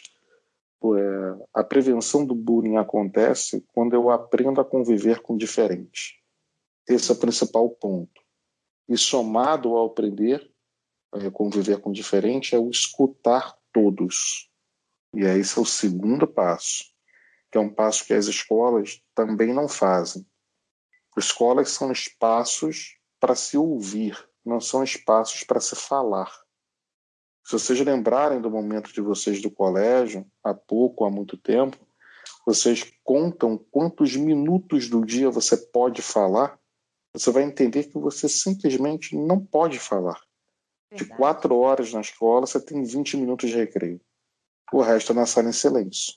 A prevenção do bullying acontece quando eu aprendo a conviver com o diferente. Esse é o principal ponto. E somado ao aprender a conviver com o diferente é o escutar todos. E esse é o segundo passo, que é um passo que as escolas também não fazem. Escolas são espaços para se ouvir, não são espaços para se falar. Se vocês lembrarem do momento de vocês do colégio, há pouco, há muito tempo, vocês contam quantos minutos do dia você pode falar, você vai entender que você simplesmente não pode falar. Verdade. De 4 horas na escola, você tem 20 minutos de recreio. O resto é na sala em silêncio.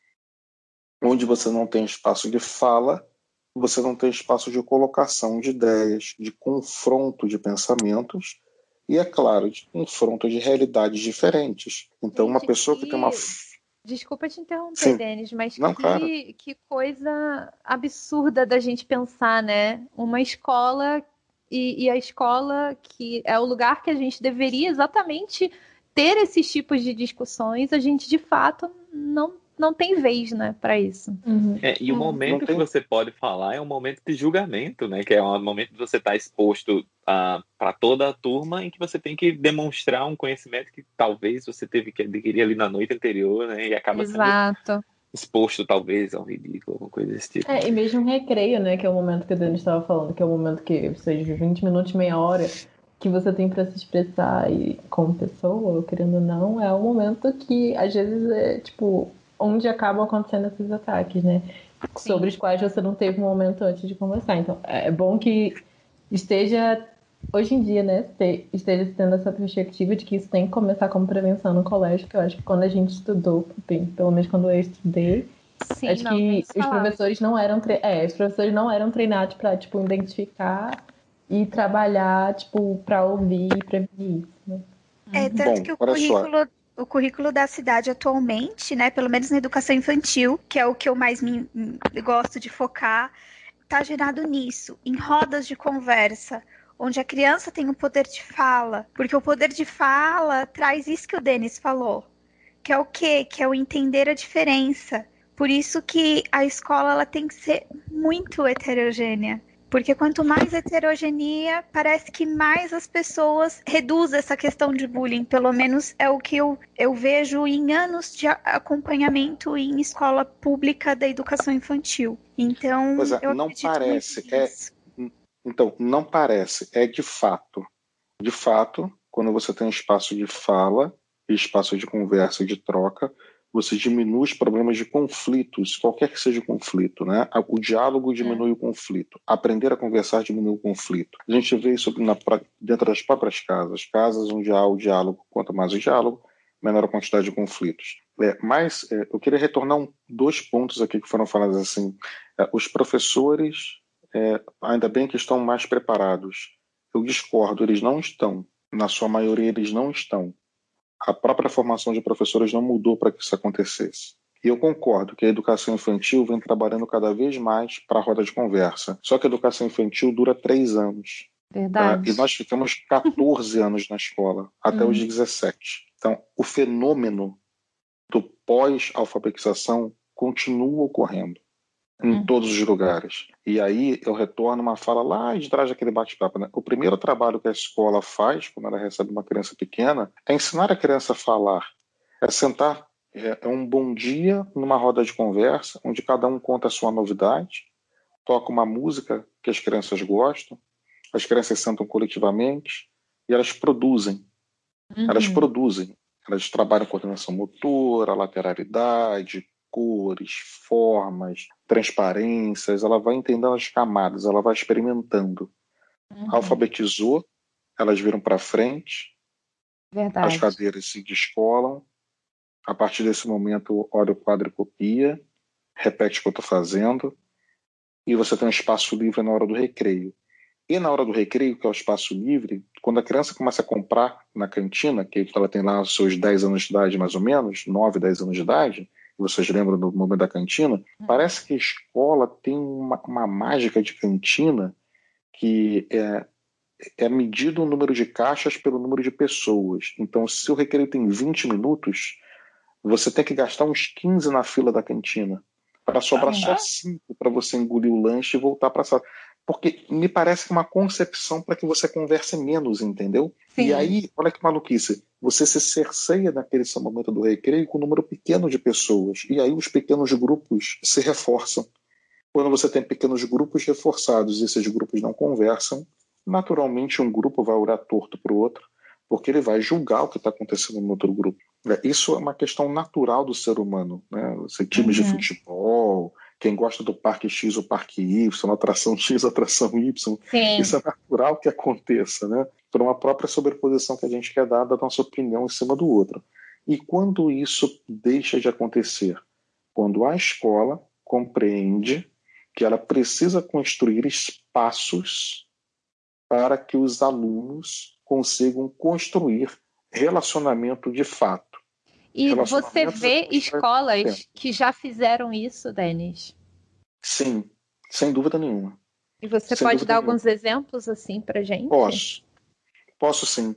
Onde você não tem espaço de fala, você não tem espaço de colocação de ideias, de confronto de pensamentos e, é claro, de confronto de realidades diferentes. Então, uma pessoa que tem uma... Desculpa te interromper, Denis, mas não, que coisa absurda da gente pensar, né? Uma escola e a escola que é o lugar que a gente deveria exatamente ter esses tipos de discussões, a gente de fato não tem vez, né, para isso. E o momento que você pode falar é um momento de julgamento, né? Que é um momento de você estar exposto para toda a turma, em que você tem que demonstrar um conhecimento que talvez você teve que adquirir ali na noite anterior, né? E acaba sendo exposto talvez ao ridículo, alguma coisa desse tipo. E mesmo um recreio, né? Que é o momento que o Dani estava falando, que é o momento que, seja 20 minutos, meia hora, que você tem para se expressar e como pessoa, querendo ou não, é um momento que às vezes é tipo onde acabam acontecendo esses ataques, né? Sim. Sobre os quais você não teve um momento antes de conversar. Então, é bom que esteja, hoje em dia, né, esteja tendo essa perspectiva de que isso tem que começar como prevenção no colégio, que eu acho que quando a gente estudou, bem, pelo menos quando eu estudei, sim, acho que os professores não eram treinados para, tipo, identificar e trabalhar, tipo, para ouvir e prevenir isso, né? Tanto que o currículo da cidade atualmente, né, pelo menos na educação infantil, que é o que eu mais gosto de focar, está gerado nisso, em rodas de conversa, onde a criança tem o poder de fala, porque o poder de fala traz isso que o Denis falou, que é o quê? Que é o entender a diferença. Por isso que a escola ela tem que ser muito heterogênea. Porque quanto mais heterogeneia, parece que mais as pessoas reduzem essa questão de bullying. Pelo menos é o que eu vejo em anos de acompanhamento em escola pública da educação infantil. Então, eu não acredito parece. muito nisso. Então, não parece. É de fato. De fato, quando você tem espaço de fala, espaço de conversa e de troca, você diminui os problemas de conflitos, qualquer que seja o conflito, né? O diálogo diminui o conflito. Aprender a conversar diminui o conflito. A gente vê isso dentro das próprias casas. Casas onde há o diálogo, quanto mais o diálogo, menor a quantidade de conflitos. Mas eu queria retornar 2 pontos aqui que foram falados assim. Os professores, ainda bem que estão mais preparados. Eu discordo, eles não estão. Na sua maioria, eles não estão. A própria formação de professores não mudou para que isso acontecesse. E eu concordo que a educação infantil vem trabalhando cada vez mais para a roda de conversa. Só que a educação infantil dura 3 anos. Verdade. E nós ficamos 14 anos na escola, até os 17. Então, o fenômeno do pós-alfabetização continua ocorrendo em todos os lugares. E aí eu retorno uma fala lá de trás daquele bate-papo, né? O primeiro trabalho que a escola faz, quando ela recebe uma criança pequena, é ensinar a criança a falar. É sentar, é um bom dia numa roda de conversa, onde cada um conta a sua novidade, toca uma música que as crianças gostam, as crianças sentam coletivamente e elas produzem. Elas produzem. Elas trabalham coordenação motora, lateralidade, cores, formas, transparências. Ela vai entendendo as camadas, ela vai experimentando. Alfabetizou, elas viram para frente. Verdade. As cadeiras se descolam. A partir desse momento, olha o quadro e copia, repete o que eu estou fazendo, e você tem um espaço livre na hora do recreio. E na hora do recreio, que é o espaço livre, quando a criança começa a comprar na cantina, que ela tem lá os seus 10 anos de idade, mais ou menos, 9, 10 anos de idade, e vocês lembram do momento da cantina, parece que a escola tem uma mágica de cantina que é medido o número de caixas pelo número de pessoas. Então, se o recreio tem 20 minutos, você tem que gastar uns 15 na fila da cantina, para sobrar só 5 para você engolir o lanche e voltar para a sala. Porque me parece que é uma concepção para que você converse menos, entendeu? Sim. E aí, olha que maluquice, você se cerceia naquele seu momento do recreio com um número pequeno de pessoas, e aí os pequenos grupos se reforçam. Quando você tem pequenos grupos reforçados e esses grupos não conversam, naturalmente um grupo vai olhar torto para o outro, porque ele vai julgar o que está acontecendo no outro grupo. Isso é uma questão natural do ser humano, né? Times de futebol, quem gosta do parque X ou parque Y, atração X, atração Y, Sim. Isso é natural que aconteça, né? Por uma própria sobreposição que a gente quer dar da nossa opinião em cima do outro. E quando isso deixa de acontecer? Quando a escola compreende que ela precisa construir espaços para que os alunos consigam construir relacionamento de fato. E você vê escolas que já fizeram isso, Denis? Sim, sem dúvida nenhuma. E você pode dar alguns exemplos assim pra gente? Posso sim.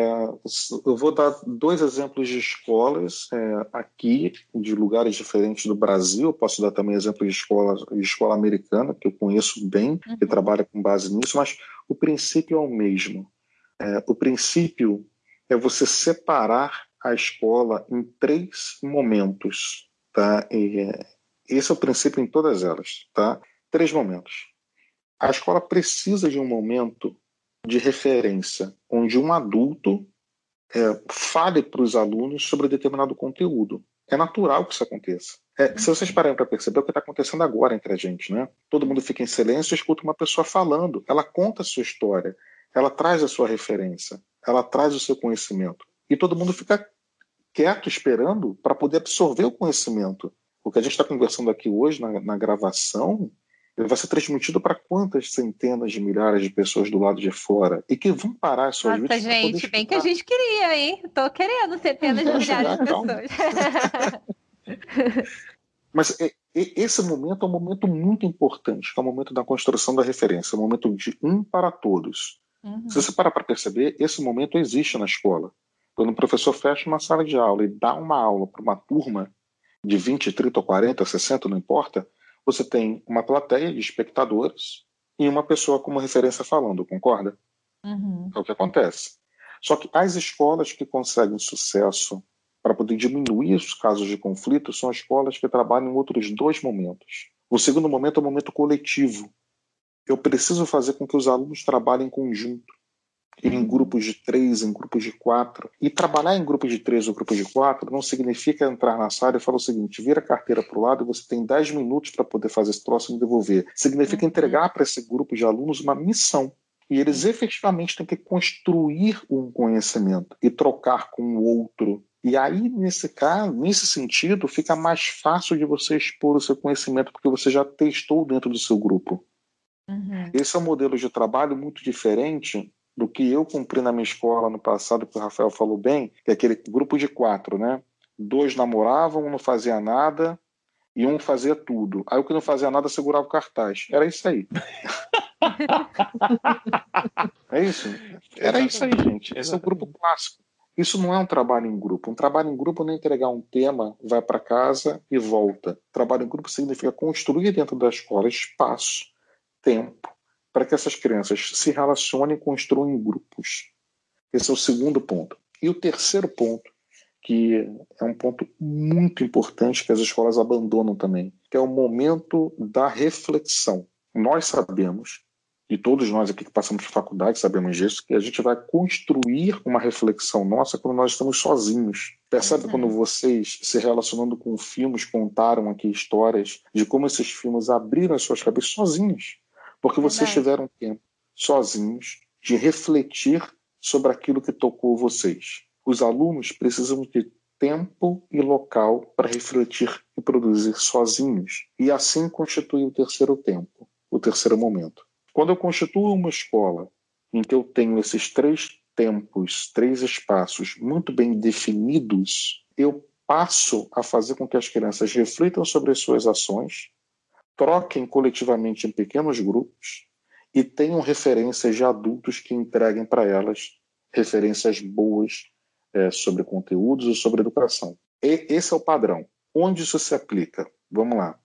Eu vou dar 2 exemplos de escolas aqui, de lugares diferentes do Brasil. Eu posso dar também exemplo de escola americana, que eu conheço bem, que trabalha com base nisso, mas o princípio é o mesmo. O princípio é você separar a escola em 3 momentos. Tá? Esse é o princípio em todas elas. Tá? 3 momentos. A escola precisa de um momento de referência, onde um adulto fale para os alunos sobre determinado conteúdo. É natural que isso aconteça. Se vocês pararem para perceber, é o que está acontecendo agora entre a gente, né? Todo mundo fica em silêncio e escuta uma pessoa falando. Ela conta a sua história, ela traz a sua referência, ela traz o seu conhecimento. E todo mundo fica quieto, esperando para poder absorver o conhecimento. O que a gente está conversando aqui hoje na gravação, ele vai ser transmitido para quantas centenas de milhares de pessoas do lado de fora e que vão parar as suas vidas. Nossa, gente, bem que a gente queria, hein? Tô querendo centenas de milhares de pessoas. Mas esse momento é um momento muito importante, que é o momento da construção da referência, é o momento de um para todos. Se você parar para perceber, esse momento existe na escola. Quando o professor fecha uma sala de aula e dá uma aula para uma turma de 20, 30, 40, 60, não importa, você tem uma plateia de espectadores e uma pessoa como referência falando, concorda? É o que acontece. Só que as escolas que conseguem sucesso para poder diminuir os casos de conflito são as escolas que trabalham em outros 2 momentos. O segundo momento é o momento coletivo. Eu preciso fazer com que os alunos trabalhem em conjunto, em grupos de 3, em grupos de 4. E trabalhar em grupos de 3 ou grupos de 4 não significa entrar na sala e falar o seguinte: vira a carteira para o lado e você tem 10 minutos para poder fazer esse troço e me devolver. Significa entregar para esse grupo de alunos uma missão. E eles efetivamente têm que construir um conhecimento e trocar com o outro. E aí, nesse sentido, fica mais fácil de você expor o seu conhecimento porque você já testou dentro do seu grupo. Esse é um modelo de trabalho muito diferente do que eu cumpri na minha escola no passado, que o Rafael falou bem, que é aquele grupo de 4, né? 2 namoravam, um não fazia nada e um fazia tudo. Aí o que não fazia nada segurava o cartaz. Era isso aí. É isso? Era isso aí, gente. Esse é o grupo clássico. Isso não é um trabalho em grupo. Um trabalho em grupo não é entregar um tema, vai para casa e volta. Trabalho em grupo significa construir dentro da escola espaço, tempo, para que essas crianças se relacionem e construam em grupos. Esse é o segundo ponto. E o terceiro ponto, que é um ponto muito importante que as escolas abandonam também, que é o momento da reflexão. Nós sabemos, e todos nós aqui que passamos por faculdade sabemos disso, que a gente vai construir uma reflexão nossa quando nós estamos sozinhos. Percebe quando vocês, se relacionando com filmes, contaram aqui histórias de como esses filmes abriram as suas cabeças sozinhos? Porque vocês tiveram tempo sozinhos de refletir sobre aquilo que tocou vocês. Os alunos precisam de tempo e local para refletir e produzir sozinhos. E assim constitui o terceiro tempo, o terceiro momento. Quando eu constituo uma escola em que eu tenho esses 3 tempos, 3 espaços muito bem definidos, eu passo a fazer com que as crianças reflitam sobre as suas ações, troquem coletivamente em pequenos grupos e tenham referências de adultos que entreguem para elas referências boas sobre conteúdos ou sobre educação. Esse é o padrão. Onde isso se aplica? Vamos lá.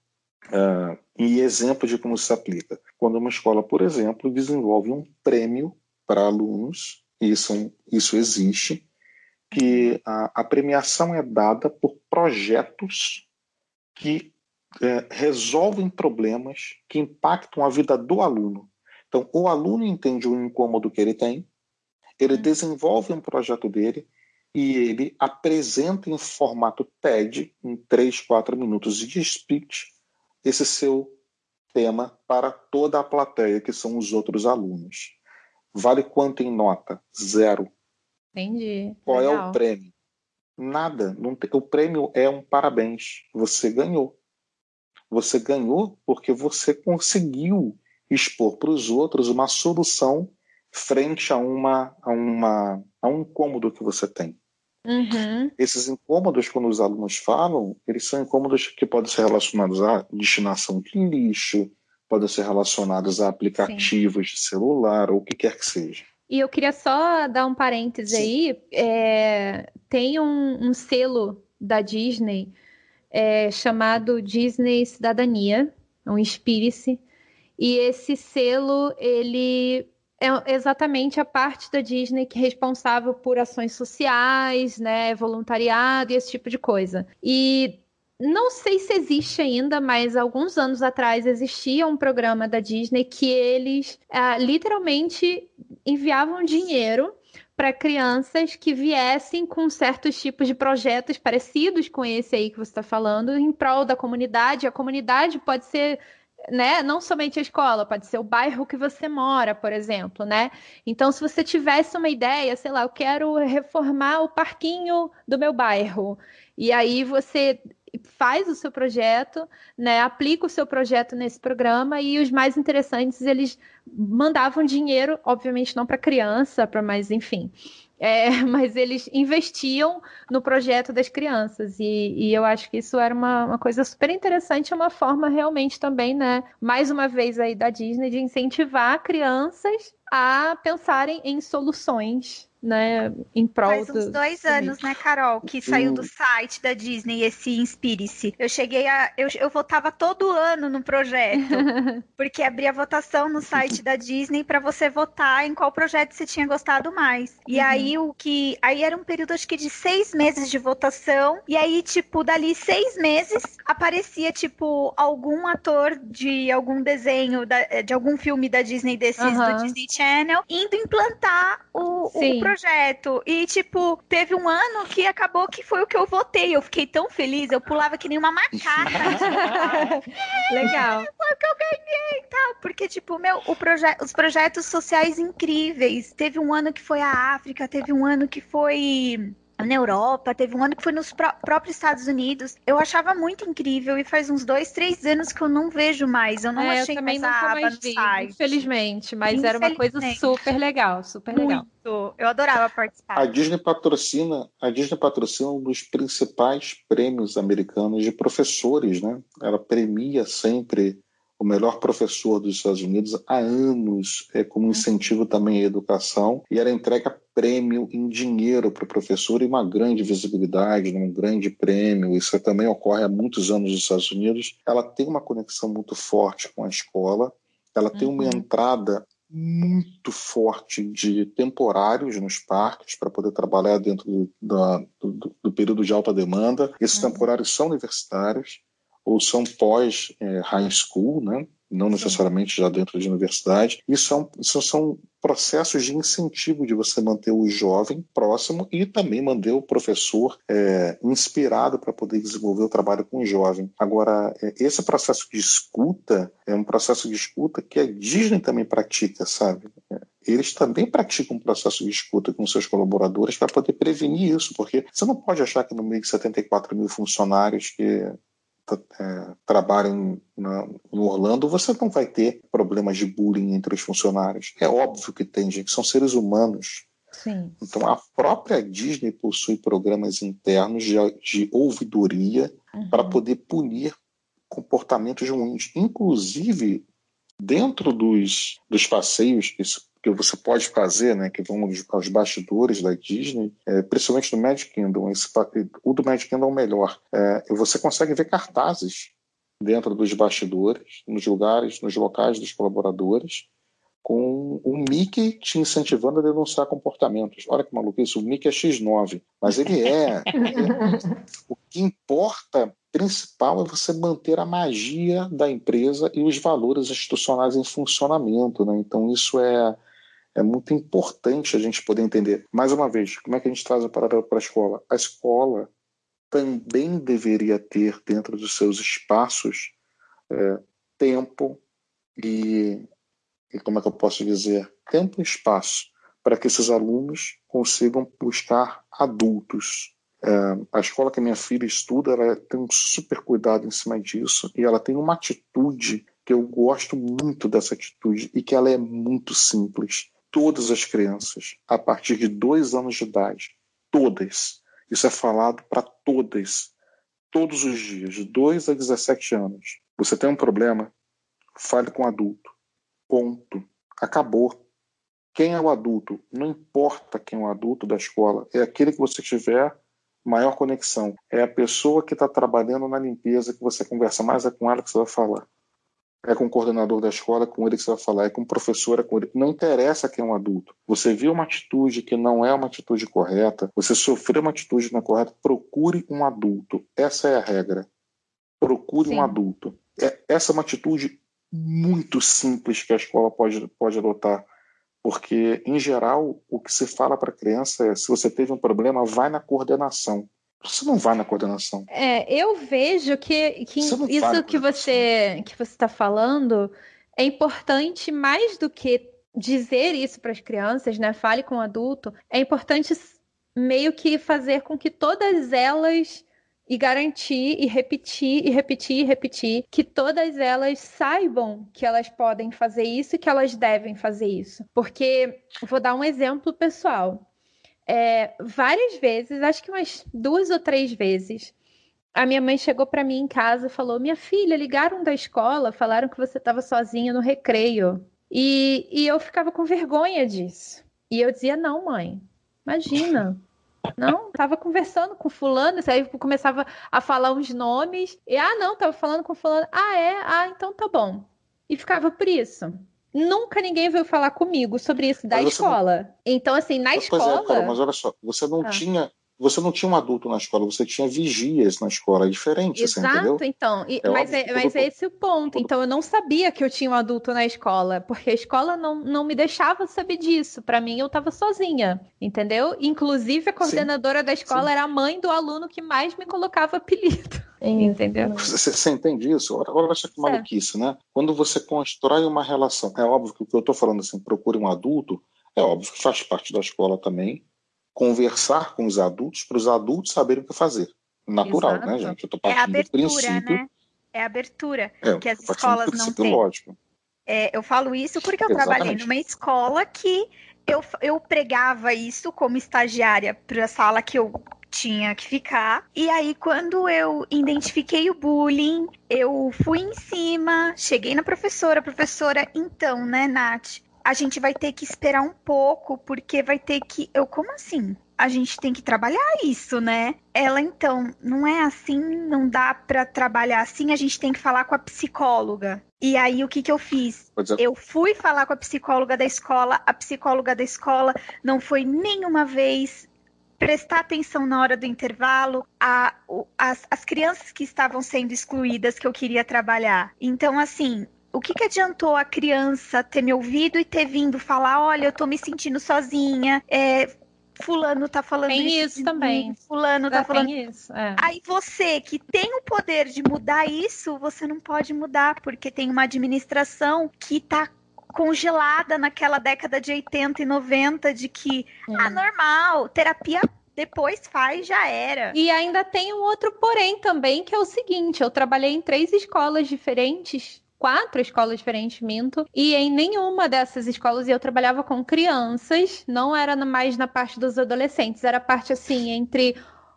E exemplo de como se aplica. Quando uma escola, por exemplo, desenvolve um prêmio para alunos, isso existe, que a premiação é dada por projetos que resolvem problemas que impactam a vida do aluno. Então, o aluno entende o incômodo que ele tem, ele desenvolve um projeto dele e ele apresenta em formato TED, em 3, 4 minutos de speech, esse seu tema para toda a plateia, que são os outros alunos. Vale quanto em nota? 0. Entendi. Qual Legal. é o prêmio? Nada. O prêmio é um parabéns. Você ganhou. Você ganhou porque você conseguiu expor para os outros uma solução frente a um incômodo que você tem. Esses incômodos, quando os alunos falam, eles são incômodos que podem ser relacionados à destinação de lixo, podem ser relacionados a aplicativos de celular, ou o que quer que seja. E eu queria só dar um parêntese aí. Tem um selo da Disney chamado Disney Cidadania, um Inspire-se. E esse selo, ele é exatamente a parte da Disney que é responsável por ações sociais, né, voluntariado e esse tipo de coisa. E não sei se existe ainda, mas alguns anos atrás existia um programa da Disney que eles literalmente enviavam dinheiro para crianças que viessem com certos tipos de projetos parecidos com esse aí que você está falando, em prol da comunidade. A comunidade pode ser, né, não somente a escola, pode ser o bairro que você mora, por exemplo, né? Então, se você tivesse uma ideia, sei lá, eu quero reformar o parquinho do meu bairro, e aí você faz o seu projeto, né, aplica o seu projeto nesse programa, e os mais interessantes, eles mandavam dinheiro, obviamente não para criança, mas enfim, mas eles investiam no projeto das crianças, e eu acho que isso era uma coisa super interessante, uma forma realmente também, né, mais uma vez aí da Disney, de incentivar crianças a pensarem em soluções, né, em prol Faz uns 2 anos, né, Carol, que saiu do site da Disney esse Inspire-se. Eu votava todo ano no projeto, porque abria votação no site da Disney para você votar em qual projeto você tinha gostado mais. E aí aí era um período, acho que de 6 meses de votação, e aí, tipo, dali 6 meses aparecia, tipo, algum ator de algum desenho, de algum filme da Disney desses, do Disney Channel, indo implantar o projeto. E, tipo, teve um ano que acabou que foi o que eu votei. Eu fiquei tão feliz, eu pulava que nem uma macaca. Legal. Foi o que eu ganhei, tá? Porque, tipo, os projetos sociais incríveis. Teve um ano que foi a África, teve um ano que foi na Europa, teve um ano que foi nos próprios Estados Unidos. Eu achava muito incrível e faz uns 2, 3 anos que eu não vejo mais. Eu não achei eu também mais nunca a aba mais no vi, site. infelizmente, mas era uma coisa super legal, super legal. Muito. Eu adorava participar. A Disney patrocina um dos principais prêmios americanos de professores, né? Ela premia sempre o melhor professor dos Estados Unidos há anos, como incentivo também à educação, e ela entrega prêmio em dinheiro para o professor e uma grande visibilidade, um grande prêmio. Isso também ocorre há muitos anos nos Estados Unidos. Ela tem uma conexão muito forte com a escola, ela tem uma entrada muito forte de temporários nos parques para poder trabalhar dentro do período de alta demanda. Esses temporários são universitários ou são pós-high school, né? Não necessariamente já dentro de universidade. Isso são processos de incentivo de você manter o jovem próximo e também manter o professor inspirado para poder desenvolver o trabalho com o jovem. Agora, esse processo de escuta é um processo de escuta que a Disney também pratica, sabe? Eles também praticam um processo de escuta com seus colaboradores para poder prevenir isso, porque você não pode achar que no meio de 74 mil funcionários que trabalham em Orlando, você não vai ter problemas de bullying entre os funcionários. É óbvio que tem, gente, são seres humanos. Sim. Então, a própria Disney possui programas internos de ouvidoria para poder punir comportamentos ruins. Inclusive, dentro dos passeios que você pode fazer, né, que vão aos bastidores da Disney, principalmente no Magic Kingdom, o do Magic Kingdom é o melhor. Você consegue ver cartazes dentro dos bastidores, nos locais dos colaboradores, com o Mickey te incentivando a denunciar comportamentos. Olha que maluquice, o Mickey é X9, mas ele o que importa principal é você manter a magia da empresa e os valores institucionais em funcionamento, né? Então isso é muito importante a gente poder entender. Mais uma vez, como é que a gente traz a parada para a escola? A escola também deveria ter dentro dos seus espaços tempo e como é que eu posso dizer? Tempo e espaço para que esses alunos consigam buscar adultos. A escola que minha filha estuda, ela tem um super cuidado em cima disso e ela tem uma atitude que eu gosto muito dessa atitude e que ela é muito simples. Todas as crianças, a partir de 2 anos de idade, todas, isso é falado para todas, todos os dias, de 2 a 17 anos. Você tem um problema? Fale com o adulto. Ponto. Acabou. Quem é o adulto? Não importa quem é o adulto da escola, é aquele que você tiver maior conexão. É a pessoa que está trabalhando na limpeza que você conversa mais, é com ela que você vai falar. É com o coordenador da escola, é com ele que você vai falar. É com o professor, é com ele. Não interessa quem é um adulto. Você viu uma atitude que não é uma atitude correta, você sofreu uma atitude não correta, procure um adulto. Essa é a regra. Procure um adulto. Essa é uma atitude muito simples que a escola pode adotar. Porque, em geral, o que se fala para a criança é: se você teve um problema, vai na coordenação. Você não vai na coordenação. Eu vejo que isso que você está falando é importante mais do que dizer isso para as crianças, né? Fale com o adulto. É importante meio que fazer com que todas elas e garantir e repetir e repetir e repetir que todas elas saibam que elas podem fazer isso e que elas devem fazer isso. Porque, vou dar um exemplo pessoal. Várias vezes, acho que umas 2 ou 3 vezes, a minha mãe chegou para mim em casa e falou: minha filha, ligaram da escola, falaram que você estava sozinha no recreio. E eu ficava com vergonha disso. E eu dizia: não, mãe, imagina. Não, tava conversando com fulano, aí eu começava a falar uns nomes, e não, tava falando com fulano, então tá bom. E ficava por isso. Nunca ninguém veio falar comigo sobre isso da escola. Não... Então, assim, na escola... Carol, mas olha só, você não tinha um adulto na escola, você tinha vigias na escola, é diferente, exato, você entendeu? Então. Mas é esse o ponto. Então, eu não sabia que eu tinha um adulto na escola, porque a escola não me deixava saber disso. Para mim, eu estava sozinha, entendeu? Inclusive, a coordenadora da escola era a mãe do aluno que mais me colocava apelido. Entendeu? Você entende isso? Olha só que maluquice, né? Quando você constrói uma relação, é óbvio que o que eu estou falando assim, procure um adulto, é óbvio que faz parte da escola também, conversar com os adultos para os adultos saberem o que fazer. Natural, Exato. né, gente? Eu tô partindo do princípio... né? É a abertura que as partindo do escolas não princípio têm. lógico. Eu falo isso porque eu Exatamente. trabalhei numa escola que eu pregava isso como estagiária para a sala que eu tinha que ficar. E aí, quando eu identifiquei o bullying, eu fui em cima, cheguei na professora, então, né, Nath? A gente vai ter que esperar um pouco, porque vai ter que... como assim? A gente tem que trabalhar isso, né? Ela, então, não é assim, não dá pra trabalhar assim, a gente tem que falar com a psicóloga. E aí, o que eu fiz? Eu fui falar com a psicóloga da escola, a psicóloga da escola não foi nenhuma vez prestar atenção na hora do intervalo, as crianças que estavam sendo excluídas que eu queria trabalhar. Então, assim... O que adiantou a criança ter me ouvido e ter vindo falar, olha, eu tô me sentindo sozinha, fulano tá falando isso também. Fulano tá falando... isso. Aí você, que tem o poder de mudar isso, você não pode mudar, porque tem uma administração que tá congelada naquela década de 80 e 90 de que, normal, terapia depois faz, já era. E ainda tem um outro porém também, que é o seguinte, eu trabalhei em 3 escolas diferentes, 4 escolas diferentes, minto, e em nenhuma dessas escolas eu trabalhava com crianças, não era mais na parte dos adolescentes, era a parte assim, entre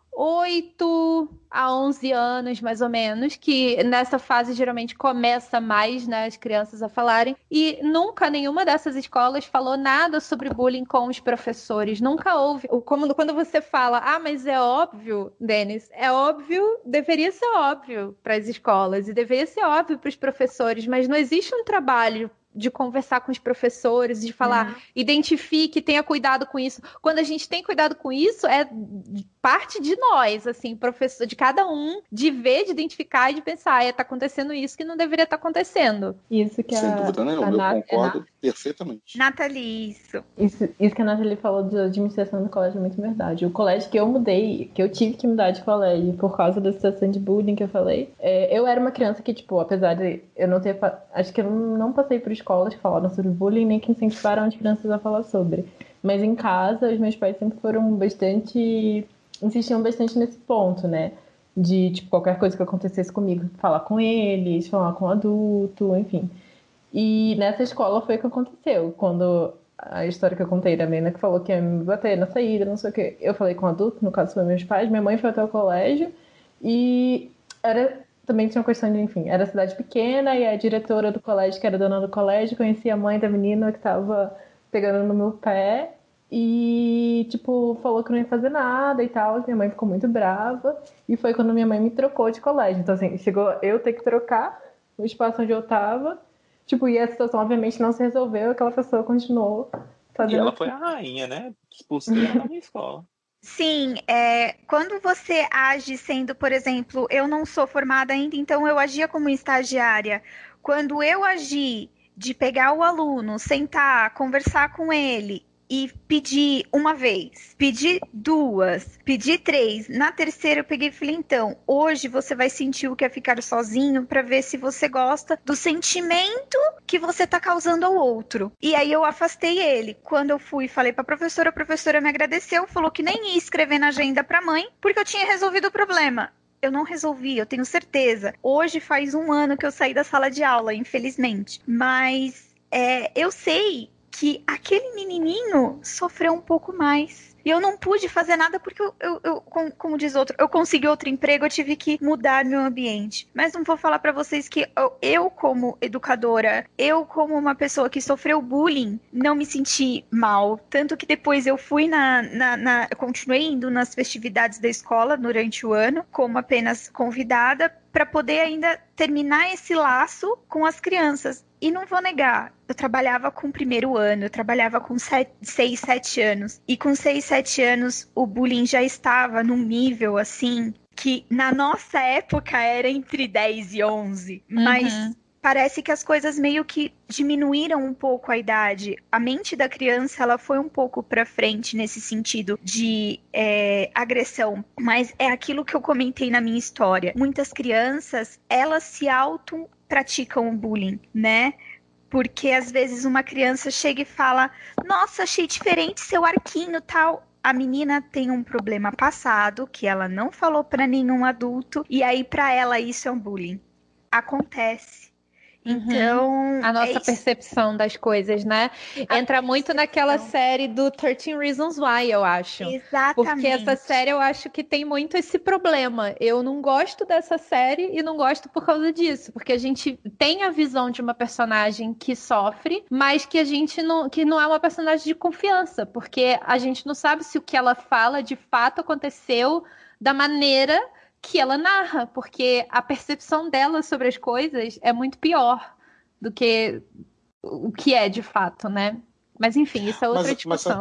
8 a 11 anos, mais ou menos, que nessa fase geralmente começa mais, né, as crianças a falarem, e nunca nenhuma dessas escolas falou nada sobre bullying com os professores, nunca houve. Quando você fala, mas é óbvio, Denis, é óbvio, deveria ser óbvio para as escolas, e deveria ser óbvio para os professores, mas não existe um trabalho de conversar com os professores, de falar, identifique, tenha cuidado com isso. Quando a gente tem cuidado com isso, é parte de nós, assim, professor, de cada um, de ver, de identificar e de pensar, tá acontecendo isso que não deveria estar acontecendo. Isso que Sem dúvida nenhuma, eu concordo perfeitamente. Nathalie, isso que a Nathalie falou de administração do colégio é muito verdade. O colégio que eu mudei, que eu tive que mudar de colégio por causa da situação de bullying que eu falei, eu era uma criança que, tipo, apesar de eu não ter... Acho que eu não passei por escolas que falaram sobre bullying, nem que incentivaram as crianças a falar sobre. Mas em casa, os meus pais sempre foram insistiam bastante nesse ponto, né? De, tipo, qualquer coisa que acontecesse comigo, falar com eles, falar com o adulto, enfim. E nessa escola foi o que aconteceu. Quando a história que eu contei da menina que falou que ia me bater na saída, não sei o quê, eu falei com o adulto, no caso foram meus pais, minha mãe foi até o colégio e também tinha uma questão de, enfim, era cidade pequena e a diretora do colégio, que era dona do colégio, conhecia a mãe da menina que tava pegando no meu pé e, tipo, falou que não ia fazer nada e tal. Minha mãe ficou muito brava e foi quando minha mãe me trocou de colégio. Então, assim, chegou eu ter que trocar o espaço onde eu tava, tipo, e a situação, obviamente, não se resolveu, aquela pessoa continuou fazendo... E ela foi a rainha, né? Expulsei ela da minha escola. Sim, quando você age sendo, por exemplo, eu não sou formada ainda, então eu agia como estagiária. Quando eu agi de pegar o aluno, sentar, conversar com ele e pedir uma vez, pedir 2, pedir 3, na terceira eu peguei e falei, então, hoje você vai sentir o que é ficar sozinho para ver se você gosta do sentimento que você tá causando ao outro. E aí eu afastei ele. Quando eu fui e falei pra professora, a professora me agradeceu, falou que nem ia escrever na agenda pra mãe, porque eu tinha resolvido o problema. Eu não resolvi, eu tenho certeza. Hoje faz 1 ano que eu saí da sala de aula, infelizmente. Mas eu sei que aquele menininho sofreu um pouco mais. E eu não pude fazer nada porque como diz outro, eu consegui outro emprego, eu tive que mudar meu ambiente. Mas não vou falar pra vocês que eu como educadora, eu como uma pessoa que sofreu bullying, não me senti mal. Tanto que depois eu fui eu continuei indo nas festividades da escola durante o ano, como apenas convidada, para poder ainda terminar esse laço com as crianças. E não vou negar, eu trabalhava com o 1º ano, eu trabalhava com 6, 7 anos. E com 6, 7 anos, o bullying já estava num nível, assim, que na nossa época era entre 10 e 11. Mas parece que as coisas meio que diminuíram um pouco a idade. A mente da criança, ela foi um pouco para frente nesse sentido de agressão. Mas é aquilo que eu comentei na minha história. Muitas crianças, elas se praticam o bullying, né? Porque às vezes uma criança chega e fala, nossa, achei diferente seu arquinho, tal. a menina tem um problema passado que ela não falou pra nenhum adulto, e aí pra ela isso é um bullying. Acontece. Então, a nossa percepção das coisas, né? Entra muito naquela série do 13 Reasons Why, eu acho. Exatamente. Porque essa série eu acho que tem muito esse problema. Eu não gosto dessa série e não gosto por causa disso. Porque a gente tem a visão de uma personagem que sofre, mas que que não é uma personagem de confiança. Porque a gente não sabe se o que ela fala de fato aconteceu da maneira que ela narra, porque a percepção dela sobre as coisas é muito pior do que o que é de fato, né? Mas enfim, isso é outra discussão.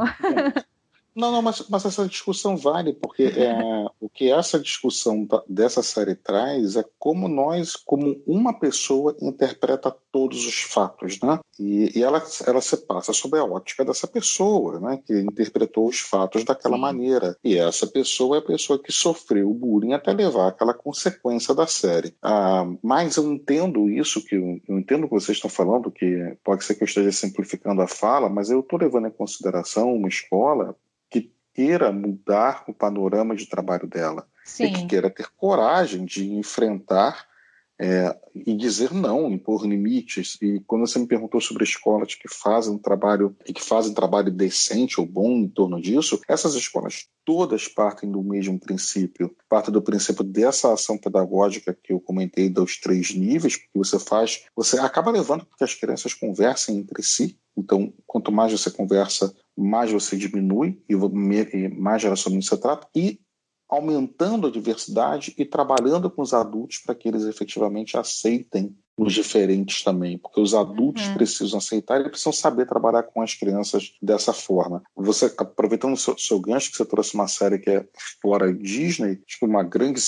Mas essa discussão vale, porque o que essa discussão dessa série traz é como nós, como uma pessoa, interpreta todos os fatos, né? E ela se passa sob a ótica dessa pessoa, né? Que interpretou os fatos daquela maneira. E essa pessoa é a pessoa que sofreu o bullying até levar aquela consequência da série. Mas eu entendo isso, eu entendo o que vocês estão falando, que pode ser que eu esteja simplificando a fala, mas eu estou levando em consideração uma escola que queira mudar o panorama de trabalho dela. Sim. E que queira ter coragem de enfrentar e dizer não, impor limites. E quando você me perguntou sobre escolas que fazem trabalho decente ou bom em torno disso, essas escolas todas partem do mesmo princípio. Partem do princípio dessa ação pedagógica que eu comentei dos 3 níveis, que você acaba levando para que as crianças conversem entre si. Então, quanto mais você conversa, mais você diminui e mais relacionamento você trata, e aumentando a diversidade e trabalhando com os adultos para que eles efetivamente aceitem os diferentes também, porque os adultos precisam aceitar e precisam saber trabalhar com as crianças dessa forma. Você, aproveitando o seu gancho, que você trouxe uma série que é fora Disney, tipo não é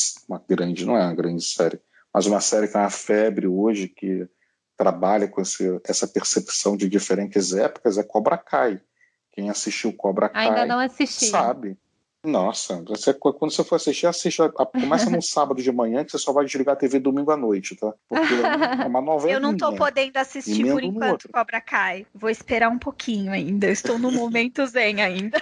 uma grande série, mas uma série que é uma febre hoje, que trabalha com essa percepção de diferentes épocas, é Cobra Kai. Quem assistiu Cobra Kai ainda não assisti. Sabe. Nossa, quando você for assistir, começa no sábado de manhã, que você só vai desligar a TV domingo à noite, tá? Porque é uma novela. Eu não tô podendo assistir por enquanto Cobra Kai. Vou esperar um pouquinho ainda. Eu estou no momento zen ainda.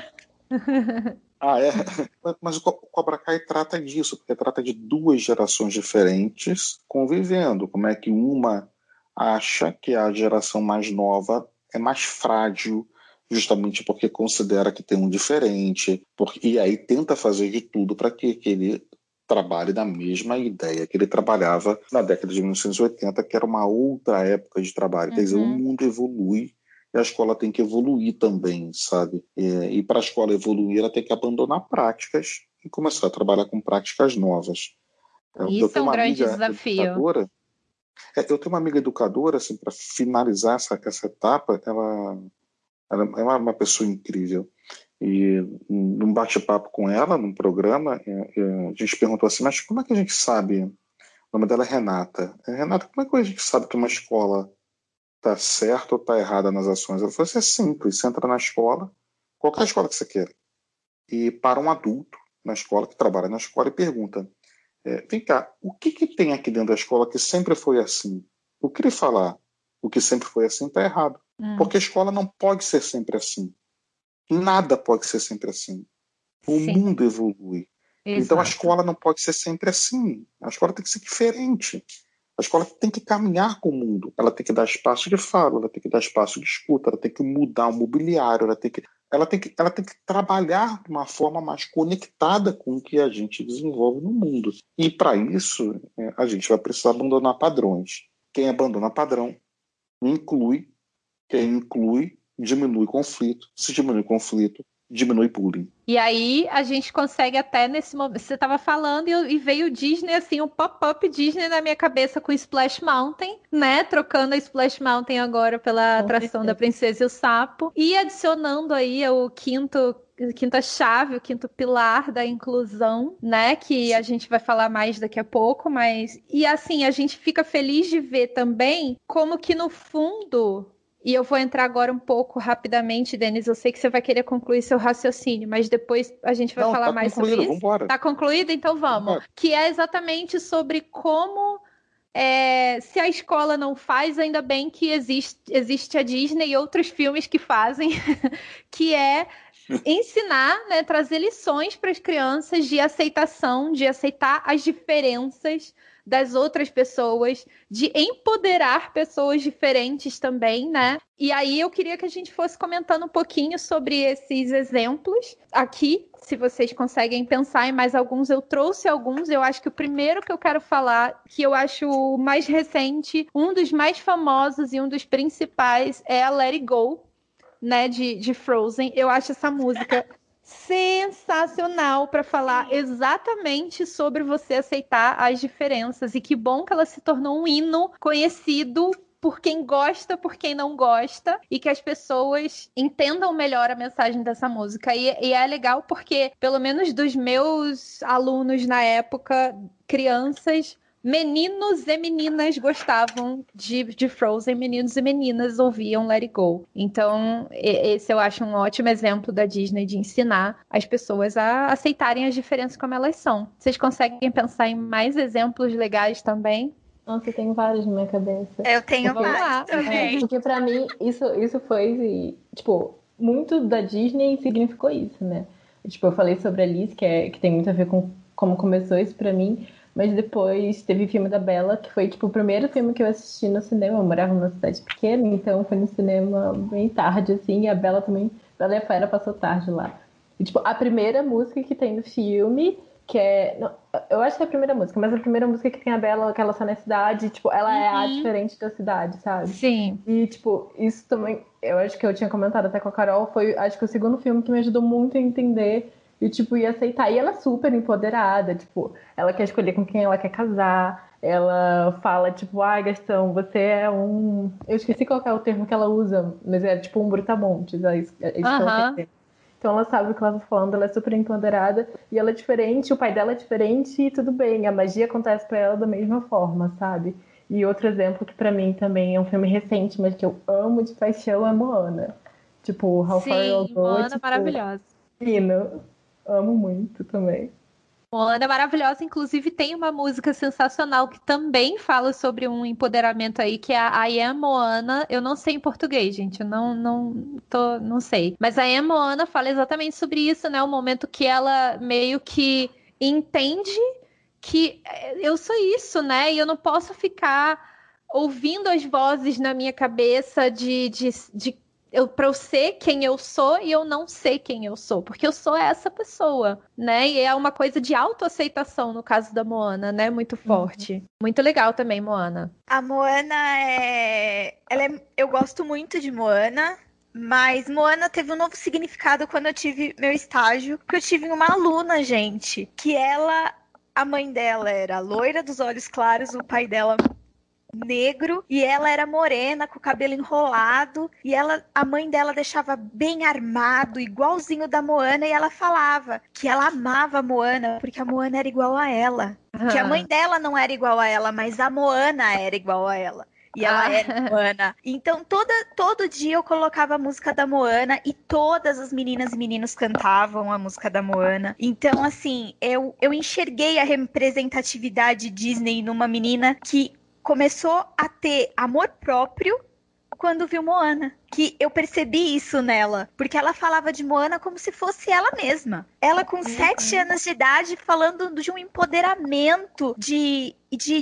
Mas o Cobra Kai trata disso, porque trata de 2 gerações diferentes convivendo. Como é que uma acha que a geração mais nova é mais frágil, justamente porque considera que tem um diferente, e aí tenta fazer de tudo para que ele trabalhe na mesma ideia que ele trabalhava na década de 1980, que era uma outra época de trabalho. Quer dizer, o mundo evolui e a escola tem que evoluir também, sabe? E para a escola evoluir, ela tem que abandonar práticas e começar a trabalhar com práticas novas. Isso é um grande desafio. Eu tenho uma amiga educadora, assim, para finalizar essa etapa, ela é uma pessoa incrível. E num bate-papo com ela, num programa, a gente perguntou assim, mas como é que a gente sabe? O nome dela é Renata. Renata, como é que a gente sabe que uma escola está certa ou está errada nas ações? Ela falou assim, é simples, você entra na escola, qualquer escola que você queira, e para um adulto na escola, que trabalha na escola, e pergunta, vem cá, o que tem aqui dentro da escola que sempre foi assim? O que ele falar, o que sempre foi assim, está errado. Porque a escola não pode ser sempre assim. Nada pode ser sempre assim. O mundo evolui. Exato. Então a escola não pode ser sempre assim. A escola tem que ser diferente. A escola tem que caminhar com o mundo. Ela tem que dar espaço de fala, ela tem que dar espaço de escuta, ela tem que mudar o mobiliário, ela tem que trabalhar de uma forma mais conectada com o que a gente desenvolve no mundo. E para isso, a gente vai precisar abandonar padrões. Quem abandona padrão inclui. Quem inclui, diminui conflito. Se diminui conflito, diminui bullying. E aí a gente consegue até nesse momento. Você estava falando e veio o Disney, assim, um pop-up Disney na minha cabeça com Splash Mountain, né? Trocando a Splash Mountain agora pela atração da Princesa e o Sapo. E adicionando aí o quinta chave, o quinto pilar da inclusão, né? Que a gente vai falar mais daqui a pouco, mas... E assim, a gente fica feliz de ver também como que no fundo... E eu vou entrar agora um pouco rapidamente, Denis, eu sei que você vai querer concluir seu raciocínio, mas depois a gente vai falar mais sobre isso. Vambora. Tá concluído? Então vamos. Vambora. Que é exatamente sobre como... se a escola não faz, ainda bem que existe a Disney e outros filmes que fazem, que é ensinar, né, trazer lições para as crianças de aceitação, de aceitar as diferenças das outras pessoas, de empoderar pessoas diferentes também, né? E aí eu queria que a gente fosse comentando um pouquinho sobre esses exemplos aqui, se vocês conseguem pensar em mais alguns. Eu trouxe alguns, eu acho que o primeiro que eu quero falar, que eu acho o mais recente, um dos mais famosos e um dos principais é a Let It Go, né, de Frozen. Eu acho essa música sensacional para falar exatamente sobre você aceitar as diferenças, e que bom que ela se tornou um hino conhecido por quem gosta, por quem não gosta, e que as pessoas entendam melhor a mensagem dessa música. E é legal porque, pelo menos dos meus alunos na época, crianças, meninos e meninas gostavam de Frozen, meninos e meninas ouviam Let It Go. Então, esse eu acho um ótimo exemplo da Disney de ensinar as pessoas a aceitarem as diferenças como elas são. Vocês conseguem pensar em mais exemplos legais também? Nossa, eu tenho vários na minha cabeça. Eu tenho vários também. Porque pra mim, isso foi, tipo, muito da Disney significou isso, né? Tipo, eu falei sobre a Alice, que tem muito a ver com como começou isso pra mim. Mas depois teve o filme da Bella, que foi, tipo, o primeiro filme que eu assisti no cinema. Eu morava numa cidade pequena, então foi no cinema bem tarde, assim. E a Bella também, Bela e a Fera passou tarde lá. E, tipo, a primeira música que tem no filme, que é... Não, eu acho que é a primeira música, mas a primeira música que tem a Bella, que ela sai na cidade, tipo, ela é a diferente da cidade, sabe? Sim. E, tipo, isso também... Eu acho que eu tinha comentado até com a Carol, foi, acho que o segundo filme que me ajudou muito a entender... E, tipo, ia aceitar. E ela é super empoderada, tipo, ela quer escolher com quem ela quer casar. Ela fala, tipo, ai, Gastão, você é um... Eu esqueci qual é o termo que ela usa, mas é tipo um brutamontes. É isso que ela quer dizer. Então ela sabe o que ela tá falando, ela é super empoderada. E ela é diferente, o pai dela é diferente e tudo bem. A magia acontece pra ela da mesma forma, sabe? E outro exemplo que pra mim também é um filme recente, mas que eu amo de paixão, é Moana. Tipo, How Far You'll Go. Moana, tipo, maravilhosa. Hino. Amo muito também. Moana é maravilhosa, inclusive tem uma música sensacional que também fala sobre um empoderamento aí, que é a I Am Moana. Eu não sei em português, gente, eu não sei. Mas a I Am Moana fala exatamente sobre isso, né? O momento que ela meio que entende que eu sou isso, né? E eu não posso ficar ouvindo as vozes na minha cabeça para eu ser quem eu sou e eu não sei quem eu sou, porque eu sou essa pessoa, né? E é uma coisa de autoaceitação no caso da Moana, né? Muito forte. Muito legal também, Moana. A Moana eu gosto muito de Moana, mas Moana teve um novo significado quando eu tive meu estágio, porque eu tive uma aluna, gente, que a mãe dela era loira dos olhos claros, o pai dela negro, e ela era morena, com o cabelo enrolado, e a mãe dela deixava bem armado, igualzinho da Moana, e ela falava que ela amava a Moana, porque a Moana era igual a ela. Que a mãe dela não era igual a ela, mas a Moana era igual a ela. E ela era Moana. Então, todo dia eu colocava a música da Moana e todas as meninas e meninos cantavam a música da Moana. Então, assim, eu enxerguei a representatividade Disney numa menina que começou a ter amor próprio quando viu Moana. Que eu percebi isso nela. Porque ela falava de Moana como se fosse ela mesma. Ela com 7 anos de idade falando de um empoderamento de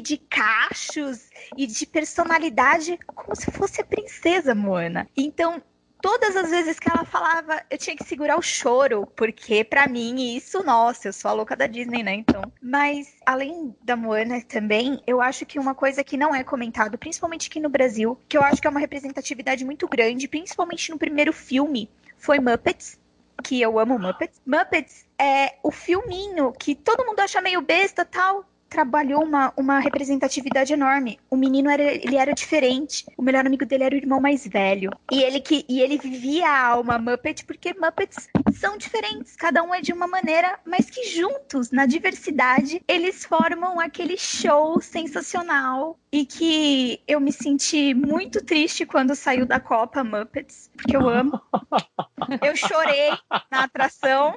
cachos e de personalidade como se fosse a princesa Moana. Então, todas as vezes que ela falava, eu tinha que segurar o choro, porque pra mim isso, nossa, eu sou a louca da Disney, né, então. Mas, além da Moana também, eu acho que uma coisa que não é comentado, principalmente aqui no Brasil, que eu acho que é uma representatividade muito grande, principalmente no primeiro filme, foi Muppets, que eu amo Muppets. Muppets é o filminho que todo mundo acha meio besta, tal, trabalhou uma representatividade enorme. O menino ele era diferente. O melhor amigo dele era o irmão mais velho. E ele vivia a alma Muppet, porque Muppets são diferentes. Cada um é de uma maneira, mas que juntos, na diversidade, eles formam aquele show sensacional. E que eu me senti muito triste quando saiu da Copa Muppets, porque eu amo. Eu chorei na atração.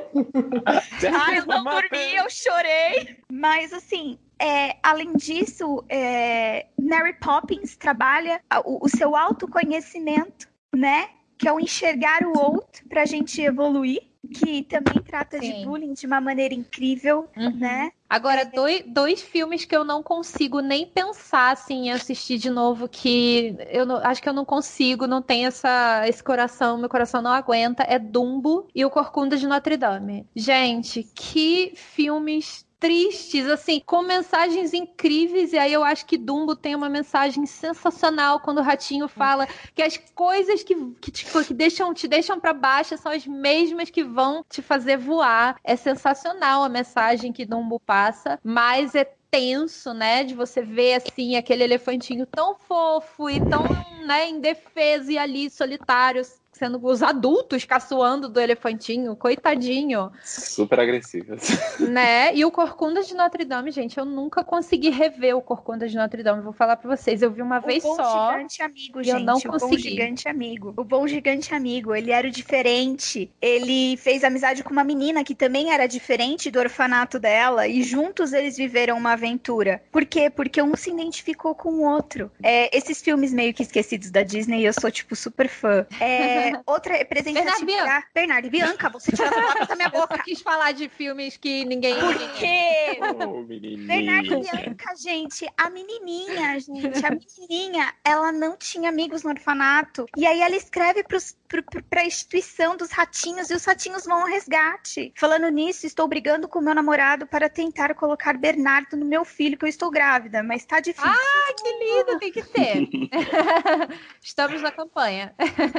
Eu não dormi, eu chorei. Mas, assim, além disso, Mary Poppins trabalha o seu autoconhecimento, né? que é o Enxergar o Outro pra gente evoluir, que também trata Sim. de bullying de uma maneira incrível, né? Agora, dois filmes que eu não consigo nem pensar assim, em assistir de novo, que acho que eu não consigo, não tenho esse coração, meu coração não aguenta, é Dumbo e o Corcunda de Notre Dame. Gente, que filmes tristes, assim, com mensagens incríveis, e aí eu acho que Dumbo tem uma mensagem sensacional quando o ratinho fala que as coisas que te deixam para baixo são as mesmas que vão te fazer voar. É sensacional a mensagem que Dumbo passa, mas é tenso, né, de você ver, assim, aquele elefantinho tão fofo e tão, né, indefeso e ali solitário, sendo os adultos caçoando do elefantinho, coitadinho. Super agressivas. Né? E o Corcunda de Notre Dame, gente, eu nunca consegui rever o Corcunda de Notre Dame, vou falar pra vocês, eu vi uma vez só. O Bom Gigante Amigo, e gente, eu não o consegui. Bom Gigante Amigo. O Bom Gigante Amigo, ele era o diferente, ele fez amizade com uma menina que também era diferente do orfanato dela, e juntos eles viveram uma aventura. Por quê? Porque um se identificou com o outro. Esses filmes meio que esquecidos da Disney, eu sou, tipo, super fã. Outra representatividade... Bernardo e Bianca, você tirou essa palavra da minha boca. Eu só quis falar de filmes que ninguém... Porque... Oh, Bernardo e Bianca, gente, a menininha, ela não tinha amigos no orfanato. E aí ela escreve pra instituição dos ratinhos e os ratinhos vão ao resgate. Falando nisso, estou brigando com meu namorado para tentar colocar Bernardo no meu filho, que eu estou grávida, mas tá difícil. Ah, que lindo, tem que ter. Estamos na campanha.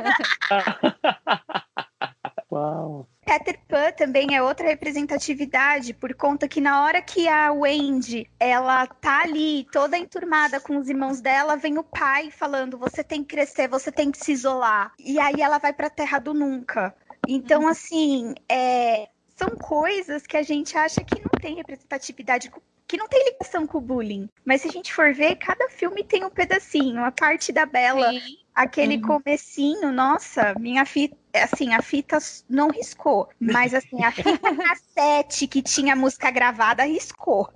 Uau. Peter Pan também é outra representatividade, por conta que na hora que a Wendy, ela tá ali toda enturmada com os irmãos dela, vem o pai falando, você tem que crescer, você tem que se isolar. E aí ela vai pra Terra do Nunca. Então, assim, são coisas que a gente acha que não tem representatividade, que não tem ligação com o bullying. Mas se a gente for ver, cada filme tem um pedacinho. A parte da Bella, aquele comecinho, nossa, minha fita, assim, a fita não riscou. Mas, assim, a fita cassete que tinha música gravada riscou.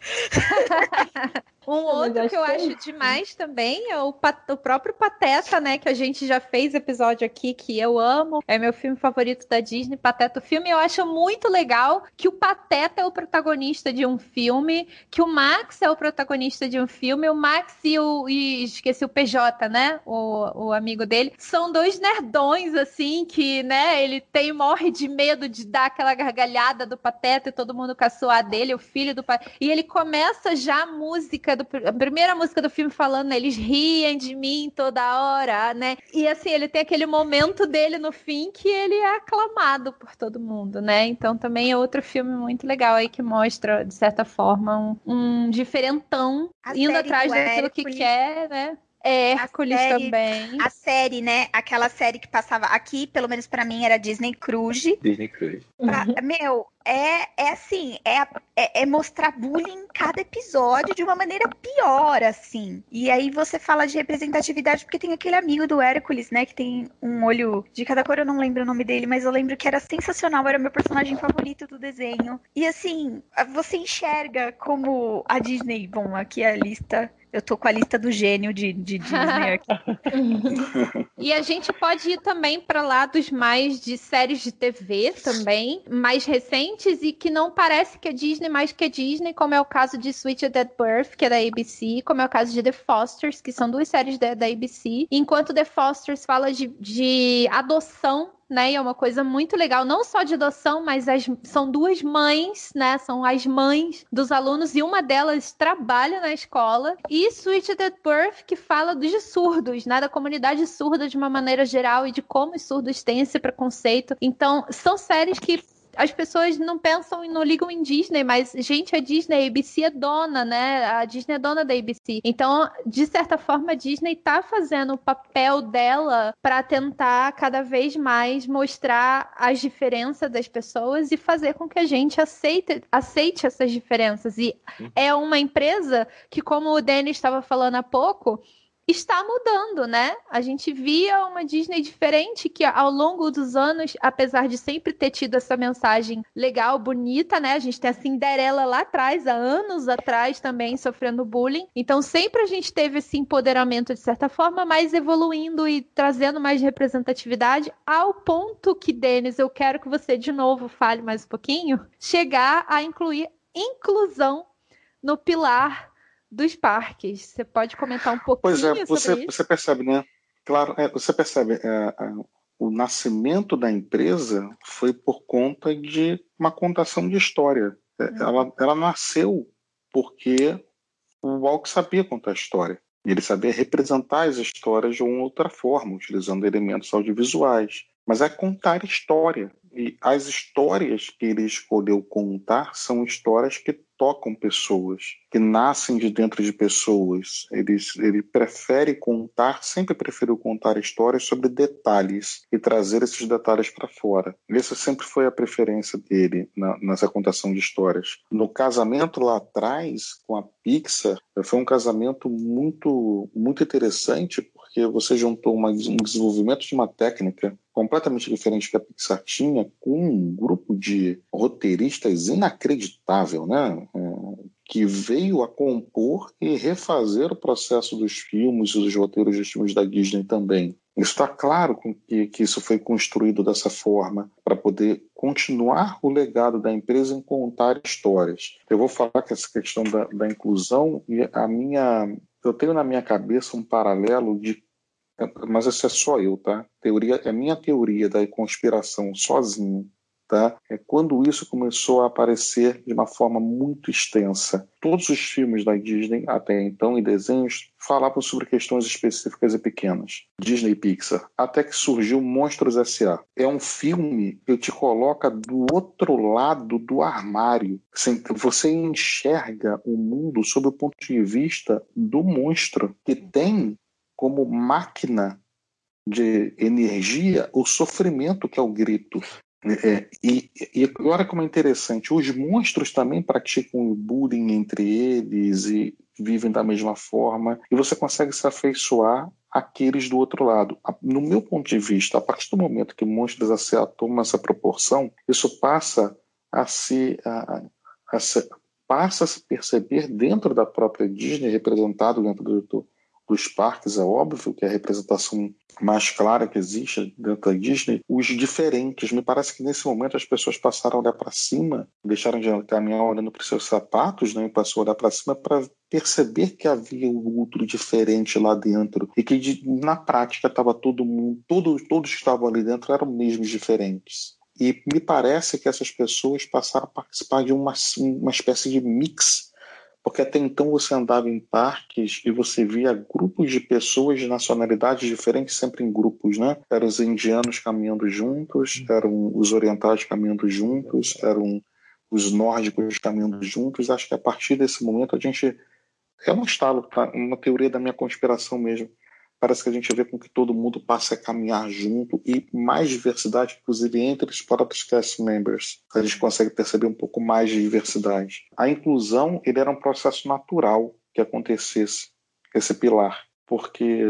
Um outro que eu acho demais também é o próprio Pateta, né? Que a gente já fez episódio aqui, que eu amo. É meu filme favorito da Disney, Pateta. O filme eu acho muito legal que o Pateta é o protagonista de um filme, que o Max é o protagonista de um filme, o Max esqueci o PJ, né? O amigo dele. São dois nerdões, assim, que, né? Ele morre de medo de dar aquela gargalhada do Pateta e todo mundo caçoar dele, o filho do pai. E ele começa já a música a primeira música do filme falando, né, eles riem de mim toda hora, né? E assim, ele tem aquele momento dele no fim que ele é aclamado por todo mundo, né? Então também é outro filme muito legal aí que mostra, de certa forma, um diferentão indo atrás daquilo que quer, né? Hércules também. A série, né? Aquela série que passava aqui, pelo menos pra mim, era Disney Cruise. Disney Cruise. Meu, assim, é mostrar bullying em cada episódio de uma maneira pior, assim. E aí você fala de representatividade porque tem aquele amigo do Hércules, né? Que tem um olho de cada cor, eu não lembro o nome dele, mas eu lembro que era sensacional, era meu personagem favorito do desenho. E assim, você enxerga como a Disney, bom, aqui é a lista... Eu tô com a lista do gênio de Disney aqui. E a gente pode ir também para lados mais de séries de TV também, mais recentes e que não parece que é Disney, mais que é Disney, como é o caso de Sweet Dead Birth, que é da ABC, como é o caso de The Fosters, que são duas séries da ABC. Enquanto The Fosters fala de adoção, né? E é uma coisa muito legal, não só de adoção, mas são duas mães, né? São as mães dos alunos e uma delas trabalha na escola. E Sweet Dead Birth, que fala dos surdos, né? Da comunidade surda de uma maneira geral e de como os surdos têm esse preconceito. Então, são séries que as pessoas não pensam e não ligam em Disney, mas, gente, a Disney, a ABC é dona, né? A Disney é dona da ABC. Então, de certa forma, a Disney tá fazendo o papel dela para tentar cada vez mais mostrar as diferenças das pessoas e fazer com que a gente aceite essas diferenças. E é uma empresa que, como o Denis estava falando há pouco, está mudando, né? A gente via uma Disney diferente que ao longo dos anos, apesar de sempre ter tido essa mensagem legal, bonita, né? A gente tem a Cinderela lá atrás, há anos atrás também sofrendo bullying. Então sempre a gente teve esse empoderamento de certa forma, mas evoluindo e trazendo mais representatividade ao ponto que, Denis, eu quero que você de novo fale mais um pouquinho, chegar a incluir inclusão no pilar dos parques. Você pode comentar um pouquinho sobre isso? Você percebe, né? Claro, você percebe, o nascimento da empresa foi por conta de uma contação de história. Ela nasceu porque o Walt sabia contar história. E ele sabia representar as histórias de uma outra forma, utilizando elementos audiovisuais. Mas é contar história. E as histórias que ele escolheu contar são histórias que tocam pessoas, que nascem de dentro de pessoas. Ele prefere contar, sempre preferiu contar histórias sobre detalhes e trazer esses detalhes para fora. Essa sempre foi a preferência dele nessa contação de histórias. No casamento lá atrás, com a Pixar, foi um casamento muito, muito interessante, porque você juntou um desenvolvimento de uma técnica completamente diferente que a Pixar tinha, com um grupo de roteiristas inacreditável, né? Que veio a compor e refazer o processo dos filmes e dos roteiros dos filmes da Disney também. Está claro que isso foi construído dessa forma para poder continuar o legado da empresa em contar histórias. Eu vou falar que essa questão da inclusão, eu tenho na minha cabeça um paralelo mas isso é só eu, tá? É minha teoria da conspiração sozinho, tá? É quando isso começou a aparecer de uma forma muito extensa. Todos os filmes da Disney, até então, e desenhos, falavam sobre questões específicas e pequenas. Disney e Pixar. Até que surgiu Monstros S.A. É um filme que te coloca do outro lado do armário. Você enxerga o mundo sob o ponto de vista do monstro, que tem como máquina de energia o sofrimento, que é o grito. E olha como é interessante, os monstros também praticam bullying entre eles e vivem da mesma forma, e você consegue se afeiçoar àqueles do outro lado. No meu ponto de vista, a partir do momento que Monstros S.A. toma essa proporção, isso passa a se perceber dentro da própria Disney, representado dentro dos parques, é óbvio que é a representação mais clara que existe dentro da Disney, os diferentes. Me parece que nesse momento as pessoas passaram a olhar para cima, deixaram de caminhar olhando para os seus sapatos, né, e passou a olhar para cima para perceber que havia um outro diferente lá dentro e que na prática estava todo mundo, todos que estavam ali dentro eram mesmo diferentes. E me parece que essas pessoas passaram a participar de uma espécie de mix, porque até então você andava em parques e você via grupos de pessoas de nacionalidades diferentes, sempre em grupos, né? Eram os indianos caminhando juntos, eram os orientais caminhando juntos, eram os nórdicos caminhando juntos. Acho que a partir desse momento a gente... É um estalo, tá? Uma teoria da minha conspiração mesmo. Parece que a gente vê com que todo mundo passe a caminhar junto e mais diversidade, inclusive entre os próprios cast members. A gente consegue perceber um pouco mais de diversidade. A inclusão, ele era um processo natural que acontecesse, esse pilar, porque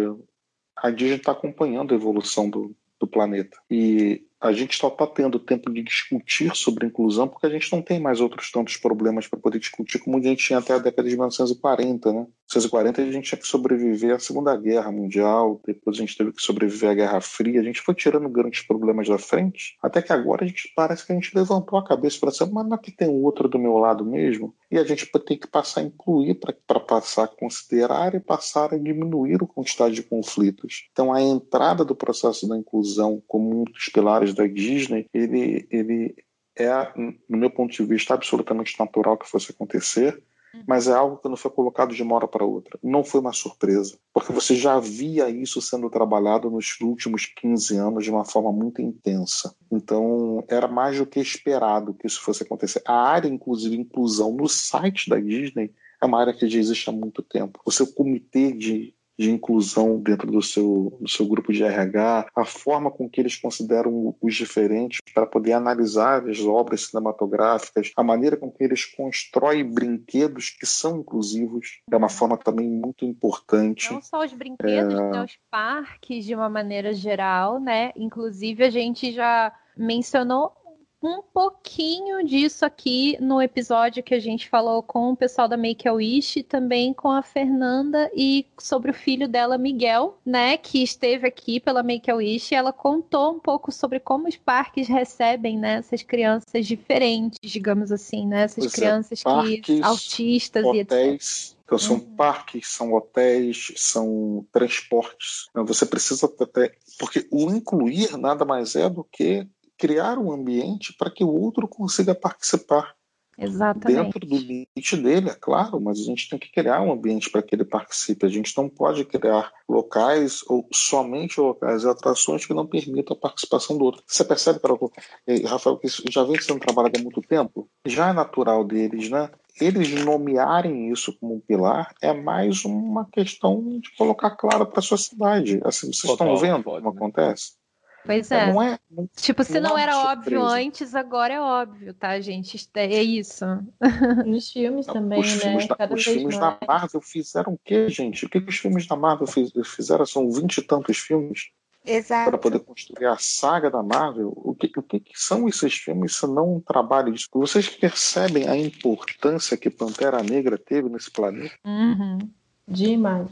a Disney está acompanhando a evolução do planeta. E a gente só está tendo tempo de discutir sobre inclusão porque a gente não tem mais outros tantos problemas para poder discutir como a gente tinha até a década de 1940, né? 1940 a gente tinha que sobreviver à Segunda Guerra Mundial, depois a gente teve que sobreviver à Guerra Fria, a gente foi tirando grandes problemas da frente, até que agora parece que a gente levantou a cabeça para dizer, mas não é que tem outro do meu lado mesmo? E a gente tem que passar a incluir para passar a considerar e passar a diminuir a quantidade de conflitos. Então a entrada do processo da inclusão como um dos pilares da Disney, ele é, no meu ponto de vista, absolutamente natural que fosse acontecer, mas é algo que não foi colocado de uma hora para outra. Não foi uma surpresa, porque você já via isso sendo trabalhado nos últimos 15 anos de uma forma muito intensa. Então, era mais do que esperado que isso fosse acontecer. A área, inclusive, inclusão no site da Disney é uma área que já existe há muito tempo. O seu comitê de de inclusão dentro do seu grupo de RH, a forma com que eles consideram os diferentes para poder analisar as obras cinematográficas, a maneira com que eles constroem brinquedos que são inclusivos, é uma forma também muito importante. Não só os brinquedos, né, os parques de uma maneira geral, né? Inclusive a gente já mencionou um pouquinho disso aqui no episódio que a gente falou com o pessoal da Make-A-Wish, também com a Fernanda e sobre o filho dela, Miguel, né, que esteve aqui pela Make-A-Wish, e ela contou um pouco sobre como os parques recebem, né, essas crianças diferentes, digamos assim, né, essas crianças que autistas hotéis, e etc. Então, são parques, são hotéis, são transportes. Então, você precisa até... Porque o incluir nada mais é do que criar um ambiente para que o outro consiga participar. Exatamente. Dentro do limite dele, é claro, mas a gente tem que criar um ambiente para que ele participe. A gente não pode criar locais ou somente locais e atrações que não permitam a participação do outro. Você percebe, Rafael, que isso já vem sendo trabalhado há muito tempo? Já é natural deles, né? Eles nomearem isso como um pilar é mais uma questão de colocar claro para a sociedade. Assim, vocês estão vendo como acontece? Pois é. Tipo, se não era surpresa. óbvio antes, agora é óbvio, tá, gente? É isso. Nos filmes também, Os filmes da Marvel fizeram o quê, gente? O que os filmes da Marvel fizeram? São 20 e tantos filmes. Exato. Para poder construir a saga da Marvel. O que são esses filmes se não um trabalho disso? Vocês percebem a importância que Pantera Negra teve nesse planeta? Uhum. Demais.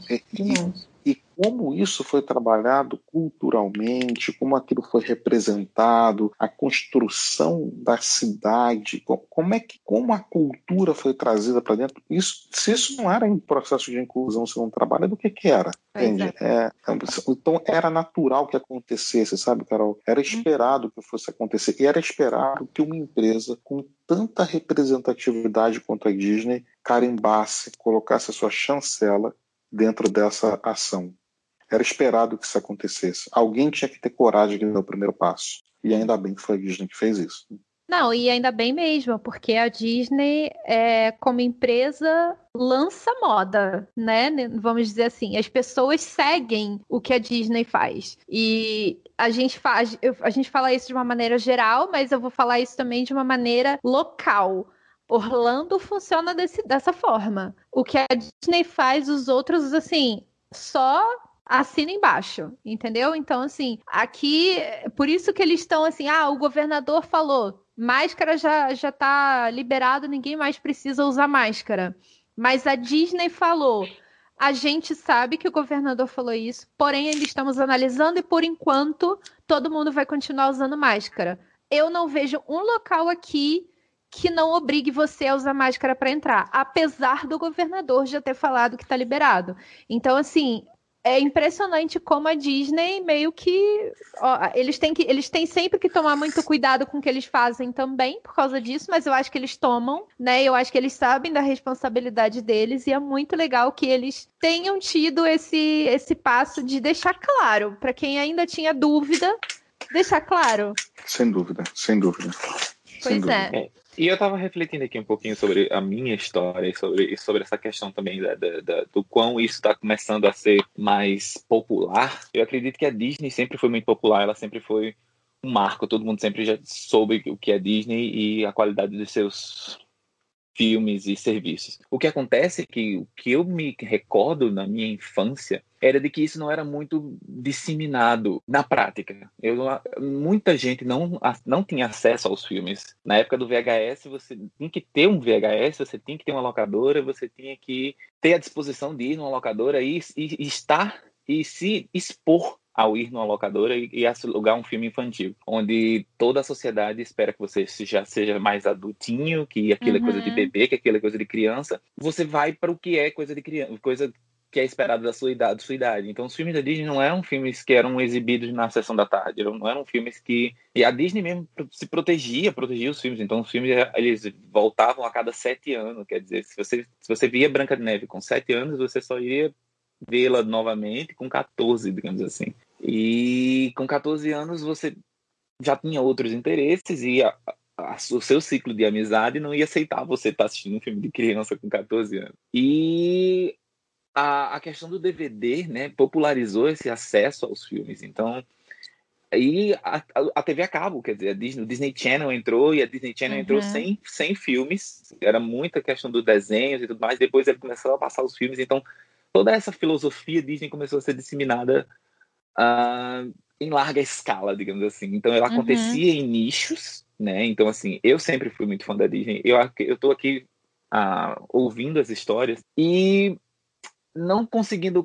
E como isso foi trabalhado culturalmente, como aquilo foi representado, a construção da cidade, como a cultura foi trazida para dentro. Se isso não era um processo de inclusão, se não trabalha, do que era? Entende? Então era natural que acontecesse, sabe, Carol? Era esperado que fosse acontecer. E era esperado que uma empresa com tanta representatividade quanto a Disney carimbasse, colocasse a sua chancela dentro dessa ação. Era esperado que isso acontecesse. Alguém tinha que ter coragem de dar o primeiro passo. E ainda bem que foi a Disney que fez isso. Não, e ainda bem mesmo, porque a Disney, como empresa, lança moda, né? Vamos dizer assim, as pessoas seguem o que a Disney faz. E a gente fala isso de uma maneira geral, mas eu vou falar isso também de uma maneira local. Orlando funciona dessa forma. O que a Disney faz, os outros, assim, só assina embaixo, entendeu? Então, assim, aqui, por isso que eles estão assim, o governador falou, máscara já tá liberado, ninguém mais precisa usar máscara. Mas a Disney falou, a gente sabe que o governador falou isso, porém ainda estamos analisando e, por enquanto, todo mundo vai continuar usando máscara. Eu não vejo um local aqui que não obrigue você a usar máscara para entrar, apesar do governador já ter falado que está liberado. Então, assim, é impressionante como a Disney meio que... eles têm sempre que tomar muito cuidado com o que eles fazem também, por causa disso, mas eu acho que eles tomam, né? Eu acho que eles sabem da responsabilidade deles e é muito legal que eles tenham tido esse passo de deixar claro, para quem ainda tinha dúvida, deixar claro. Sem dúvida. Pois é. E eu estava refletindo aqui um pouquinho sobre a minha história e sobre essa questão também do quão isso está começando a ser mais popular. Eu acredito que a Disney sempre foi muito popular, ela sempre foi um marco, todo mundo sempre já soube o que é Disney e a qualidade dos seus filmes e serviços. O que acontece é que o que eu me recordo na minha infância era de que isso não era muito disseminado na prática. Muita gente não tinha acesso aos filmes. Na época do VHS, você tinha que ter um VHS, você tinha que ter uma locadora, você tinha que ter a disposição de ir numa locadora e estar e se expor ao ir numa locadora e alugar um filme infantil, onde toda a sociedade espera que você já seja mais adultinho, que aquilo é coisa de bebê, que aquilo é coisa de criança. Você vai para o que é coisa de criança, coisa que é esperado da sua idade. Então, os filmes da Disney não eram filmes que eram exibidos na sessão da tarde, não eram filmes que... E a Disney mesmo se protegia os filmes. Então, os filmes, eles voltavam a cada 7 anos. Quer dizer, se você via Branca de Neve com 7 anos, você só iria vê-la novamente com 14, digamos assim. E com 14 anos você já tinha outros interesses e o seu ciclo de amizade não ia aceitar você estar assistindo um filme de criança com 14 anos. E a questão do DVD, né, popularizou esse acesso aos filmes. Então, aí a TV a cabo, quer dizer, o Disney Channel entrou, e a Disney Channel entrou sem filmes. Era muita questão do desenho e tudo mais. Depois ele começou a passar os filmes. Então, toda essa filosofia Disney começou a ser disseminada em larga escala, digamos assim. Então, ela acontecia em nichos, né? Então, assim, eu sempre fui muito fã da Disney. Eu tô aqui ouvindo as histórias e não conseguindo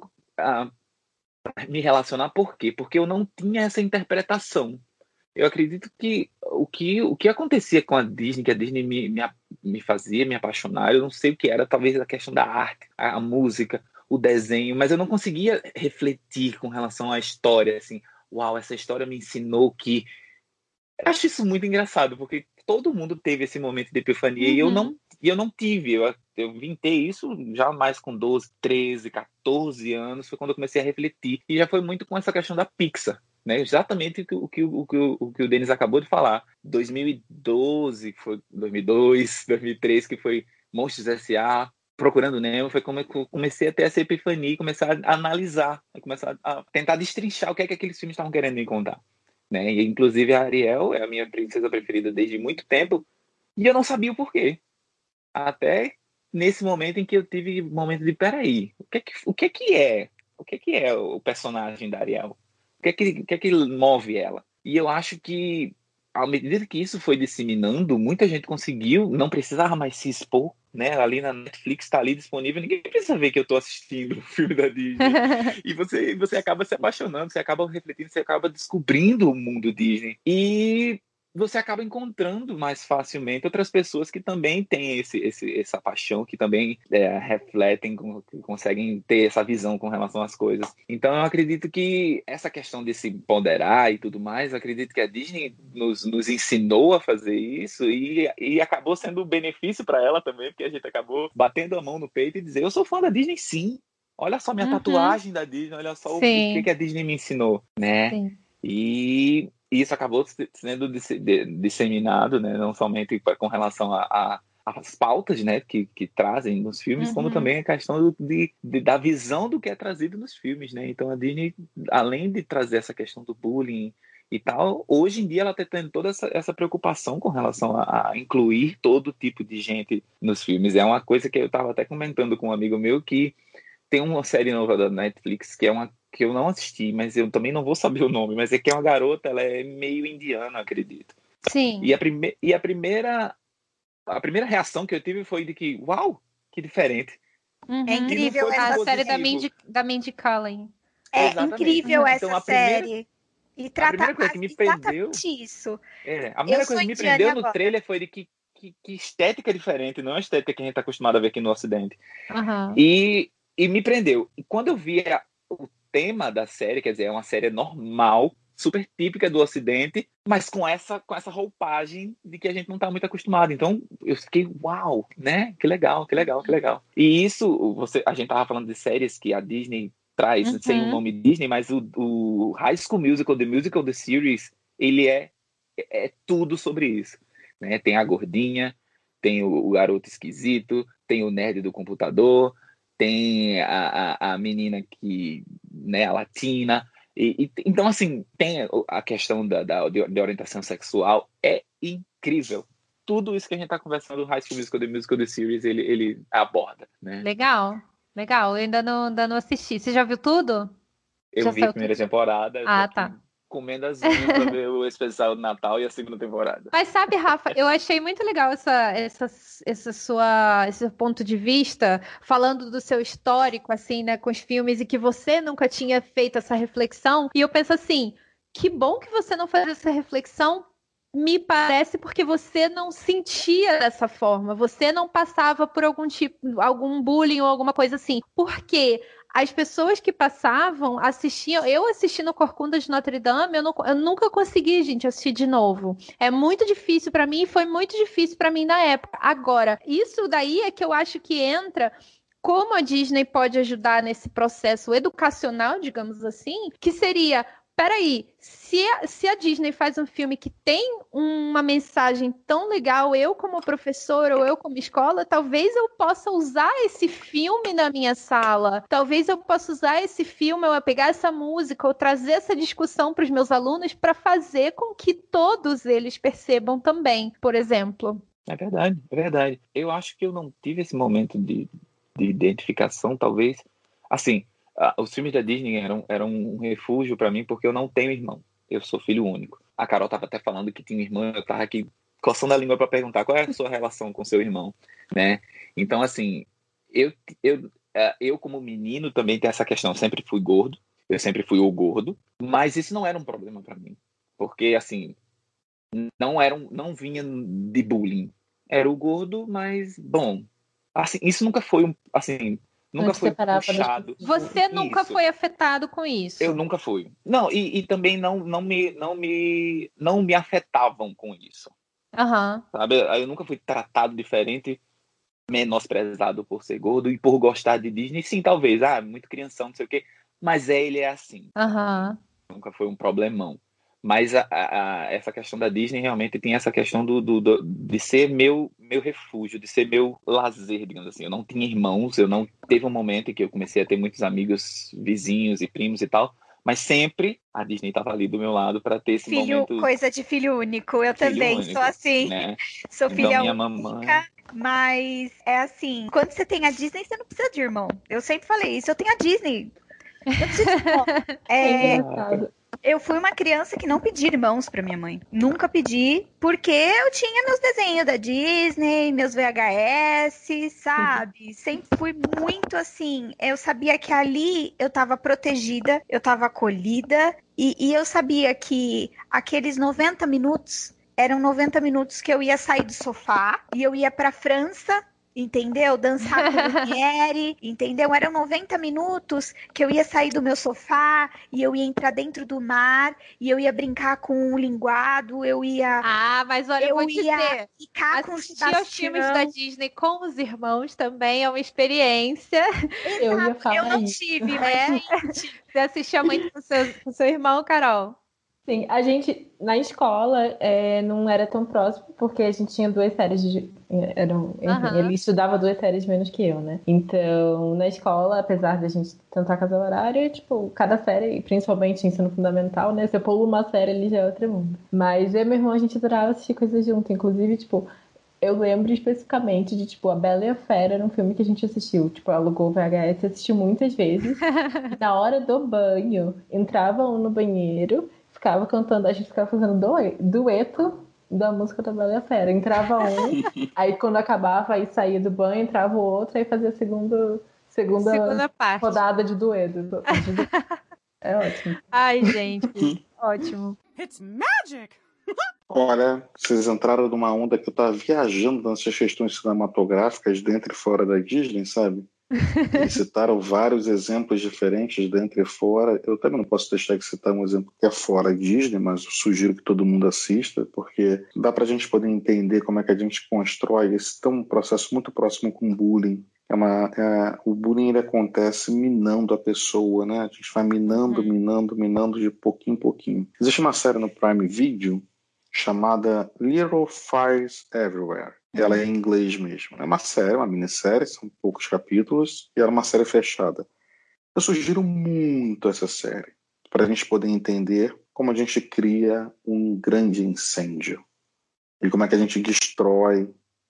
me relacionar. Por quê? Porque eu não tinha essa interpretação. Eu acredito que o que acontecia com a Disney, que a Disney me fazia me apaixonar, eu não sei o que era, talvez a questão da arte, a música, o desenho, mas eu não conseguia refletir com relação à história, assim, uau, essa história me ensinou que... Eu acho isso muito engraçado, porque todo mundo teve esse momento de epifania e eu não tive. Eu vintei isso já mais com 12, 13, 14 anos, foi quando eu comecei a refletir. E já foi muito com essa questão da Pixar, né? Exatamente o que o Denis acabou de falar. 2012, foi 2002, 2003, que foi Monstros S.A., Procurando Nemo, foi como eu comecei a ter essa epifania e começar a analisar, começar a tentar destrinchar o que é que aqueles filmes estavam querendo me contar. Né? E, inclusive, a Ariel é a minha princesa preferida desde muito tempo, e eu não sabia o porquê. Até nesse momento em que eu tive momento de, peraí, o que é o personagem da Ariel? O que é que move ela? E eu acho que, à medida que isso foi disseminando, muita gente conseguiu, não precisava mais se expor, né? Ali na Netflix está ali disponível, ninguém precisa ver que eu estou assistindo o filme da Disney. E você acaba se apaixonando, você acaba refletindo, você acaba descobrindo o mundo Disney. E você acaba encontrando mais facilmente outras pessoas que também têm essa paixão, que também refletem, que conseguem ter essa visão com relação às coisas. Então, eu acredito que essa questão de se empoderar e tudo mais, eu acredito que a Disney nos ensinou a fazer isso e acabou sendo um benefício para ela também, porque a gente acabou batendo a mão no peito e dizer, eu sou fã da Disney, sim. Olha só minha tatuagem da Disney, olha só o que a Disney me ensinou, né? Sim. E isso acabou sendo disseminado, né, não somente com relação às pautas, né, que trazem nos filmes, como também a questão da visão do que é trazido nos filmes, né? Então a Disney, além de trazer essa questão do bullying e tal, hoje em dia ela está tendo toda essa preocupação com relação a incluir todo tipo de gente nos filmes. É uma coisa que eu estava até comentando com um amigo meu, que tem uma série nova da Netflix que eu não assisti, mas eu também não vou saber o nome, mas é que é uma garota, ela é meio indiana, acredito. Sim. E a primeira reação que eu tive foi de que, uau, que diferente. É incrível essa série da Mindy Kaling. É incrível essa série. E a primeira coisa que me prendeu isso. A primeira coisa que me prendeu no trailer foi de que estética diferente, não a estética que a gente está acostumado a ver aqui no Ocidente. E me prendeu. E quando eu vi o tema da série, quer dizer, é uma série normal, super típica do Ocidente, mas com essa roupagem de que a gente não está muito acostumado. Então, eu fiquei, uau, né? Que legal, que legal, que legal. E isso, a gente tava falando de séries que a Disney traz sem o nome Disney, mas o High School Musical, The Musical, The Series, ele é tudo sobre isso. Né? Tem a gordinha, tem o garoto esquisito, tem o nerd do computador, tem a menina que, né, a latina. Então, assim, tem a questão de orientação sexual, é incrível. Tudo isso que a gente está conversando, o High School Musical, The Musical, The Series, ele aborda, né? Legal. Eu ainda não assisti. Você já viu tudo? Eu vi a primeira temporada. Tá. Comendo as unhas pra ver o especial do Natal e a segunda temporada. Mas sabe, Rafa, eu achei muito legal esse ponto de vista, falando do seu histórico, assim, né, com os filmes, e que você nunca tinha feito essa reflexão. E eu penso assim, que bom que você não faz essa reflexão, me parece, porque você não sentia dessa forma, você não passava por algum bullying ou alguma coisa assim. Por quê? As pessoas que passavam, assistiam... Eu assistindo Corcunda de Notre Dame, eu nunca consegui, gente, assistir de novo. É muito difícil para mim, e foi muito difícil para mim na época. Agora, isso daí é que eu acho que entra... Como a Disney pode ajudar nesse processo educacional, digamos assim, que seria peraí, se a Disney faz um filme que tem uma mensagem tão legal, eu como professora ou eu como escola, talvez eu possa usar esse filme na minha sala. Talvez eu possa usar esse filme, ou pegar essa música, ou trazer essa discussão para os meus alunos para fazer com que todos eles percebam também, por exemplo. É verdade, é verdade. Eu acho que eu não tive esse momento de identificação, talvez. Assim, os filmes da Disney eram um refúgio para mim, porque eu não tenho irmão. Eu sou filho único. A Carol estava até falando que tinha um irmão, eu estava aqui coçando a língua para perguntar qual é a sua relação com seu irmão, né? Então, assim, eu como menino também tenho essa questão. Eu sempre fui gordo, eu sempre fui o gordo, mas isso não era um problema para mim, porque, assim, não vinha de bullying. Era o gordo, mas, bom, assim, isso nunca foi nunca foi puxado. Você nunca foi afetado com isso? Eu nunca fui. Não, e também não me afetavam com isso. Uhum. Sabe? Eu nunca fui tratado diferente, menosprezado por ser gordo e por gostar de Disney. Sim, talvez. Muito crianção, não sei o quê. Mas ele é assim. Uhum. Nunca foi um problemão. Mas essa questão da Disney realmente tem essa questão de ser meu refúgio, de ser meu lazer, digamos assim. Eu não tinha irmãos, teve um momento em que eu comecei a ter muitos amigos, vizinhos e primos e tal, mas sempre a Disney estava ali do meu lado para ter esse momento. Coisa de filho único, eu também único, sou assim. Né? Sou filha minha única, mamãe... mas é assim, quando você tem a Disney, você não precisa de irmão. Eu sempre falei isso, eu tenho a Disney. Não preciso de irmão. Eu fui uma criança que não pedi irmãos pra minha mãe. Nunca pedi, porque eu tinha meus desenhos da Disney, meus VHS, sabe? Sempre fui muito assim. Eu sabia que ali eu tava protegida, eu tava acolhida, e eu sabia que aqueles 90 minutos eram 90 minutos que eu ia sair do sofá e eu ia pra França, entendeu? Dançar com o Lumiere, entendeu? Eram 90 minutos que eu ia sair do meu sofá e eu ia entrar dentro do mar e eu ia brincar com o linguado, eu ia... mas olha, eu vou dizer, ficar com assistir aos filmes da Disney com os irmãos também é uma experiência. Exato, eu não tive, mas... Você assistia muito com seu irmão, Carol? Sim, a gente, na escola, não era tão próximo, porque a gente tinha 2 séries ele estudava 2 séries menos que eu, né? Então, na escola, apesar de a gente tentar casar o horário, tipo, cada série, principalmente ensino fundamental, né? Se eu pulo uma série, ele já é outro mundo. Mas eu e meu irmão, a gente adorava assistir coisas junto. Inclusive, tipo, eu lembro especificamente de, tipo, A Bela e a Fera era um filme que a gente assistiu. Tipo, alugou o VHS e assistiu muitas vezes. Na hora do banho, entrava um no banheiro, ficava cantando, a gente ficava fazendo dueto da música da Bela e a Fera. Entrava um, aí quando acabava, aí saía do banho, entrava o outro, aí fazia a segunda parte. Rodada de dueto. É ótimo. Ai, gente, ótimo. It's magic! Olha, vocês entraram numa onda que eu tava viajando nessas questões cinematográficas dentro e fora da Disney, sabe? Eles citaram vários exemplos diferentes dentro e fora. Eu também não posso deixar de citar um exemplo que é fora Disney, mas eu sugiro que todo mundo assista, porque dá pra gente poder entender como é que a gente constrói esse tão processo muito próximo com bullying. O bullying ele acontece minando a pessoa, né? A gente vai minando de pouquinho em pouquinho. Existe uma série no Prime Video chamada Little Fires Everywhere. Ela é em inglês mesmo. É uma série, uma minissérie, são poucos capítulos, e ela é uma série fechada. Eu sugiro muito essa série, para a gente poder entender como a gente cria um grande incêndio. E como é que a gente destrói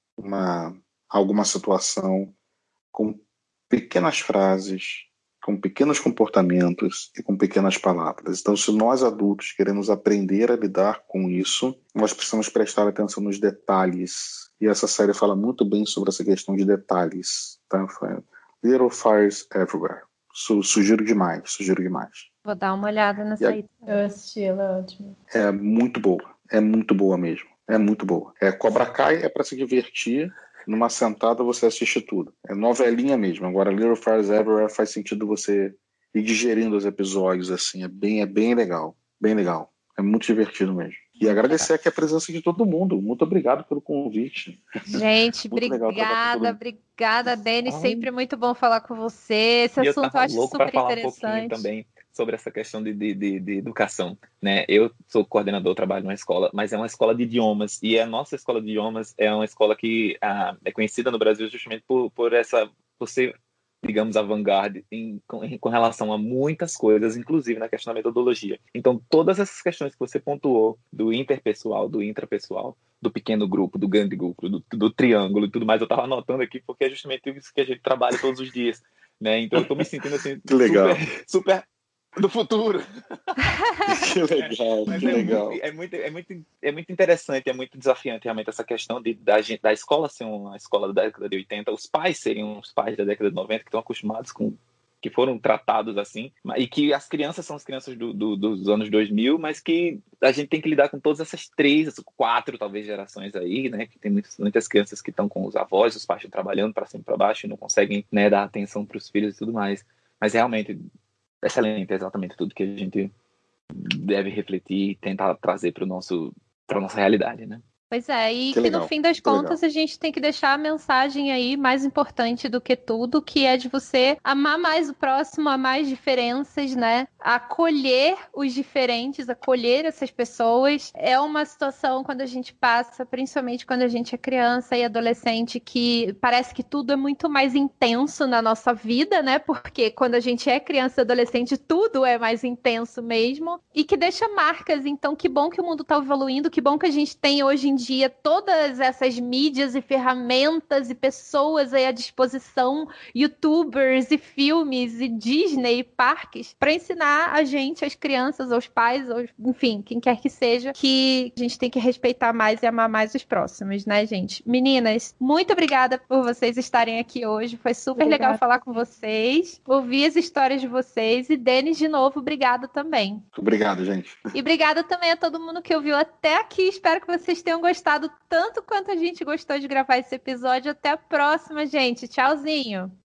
alguma situação com pequenas frases, com pequenos comportamentos e com pequenas palavras. Então, se nós adultos queremos aprender a lidar com isso, nós precisamos prestar atenção nos detalhes. E essa série fala muito bem sobre essa questão de detalhes. Tá? Little Fires Everywhere. Sugiro demais. Vou dar uma olhada nessa aí. Eu assisti, ela é ótima. É muito boa mesmo. É muito boa. Cobra Kai é para se divertir. Numa sentada você assiste tudo. É novelinha mesmo. Agora, Little Fires Everywhere faz sentido você ir digerindo os episódios, assim. É bem legal. Bem legal. É muito divertido mesmo. E agradecer aqui a presença de todo mundo. Muito obrigado pelo convite. Gente, obrigada, Dani. Sempre muito bom falar com você. Esse assunto eu acho super interessante. Também. sobre essa questão de educação, né? Eu sou coordenador, trabalho numa escola, mas é uma escola de idiomas, e a nossa escola de idiomas é uma escola que é conhecida no Brasil justamente por ser, digamos, avant-garde com relação a muitas coisas, inclusive na questão da metodologia. Então, todas essas questões que você pontuou, do interpessoal, do intrapessoal, do pequeno grupo, do grande grupo, do triângulo e tudo mais, eu estava anotando aqui porque é justamente isso que a gente trabalha todos os dias, né? Então, eu estou me sentindo assim, Que legal. super do futuro. Que legal, Mas que legal. É muito interessante, é muito desafiante realmente essa questão da escola ser uma escola da década de 80, os pais serem uns pais da década de 90 que estão acostumados com, que foram tratados assim, e que as crianças são as crianças dos anos 2000, mas que a gente tem que lidar com todas essas 4 talvez gerações aí, né, que tem muitas crianças que estão com os avós, os pais estão trabalhando para cima e para baixo e não conseguem, né, dar atenção para os filhos e tudo mais. Mas realmente excelente, exatamente tudo que a gente deve refletir e tentar trazer para nossa realidade, né? Pois é, e Que que no legal, fim das que contas legal. a gente tem que deixar a mensagem aí mais importante do que tudo, que é de você amar mais o próximo, amar as diferenças, né? Acolher os diferentes, acolher essas pessoas. É uma situação quando a gente passa, principalmente quando a gente é criança e adolescente, que parece que tudo é muito mais intenso na nossa vida, né? Porque quando a gente é criança e adolescente, tudo é mais intenso mesmo, e que deixa marcas. Então, que bom que o mundo está evoluindo, que bom que a gente tem hoje em dia todas essas mídias e ferramentas e pessoas aí à disposição, youtubers e filmes e Disney e parques, para ensinar a gente, as crianças, aos pais, enfim, quem quer que seja, que a gente tem que respeitar mais e amar mais os próximos, né, gente? Meninas, muito obrigada por vocês estarem aqui hoje, foi super legal falar com vocês, ouvir as histórias de vocês, e Denis, de novo, obrigada também. Obrigado, gente. E obrigada também a todo mundo que ouviu até aqui. Espero que vocês tenham gostado tanto quanto a gente gostou de gravar esse episódio. Até a próxima, gente. Tchauzinho.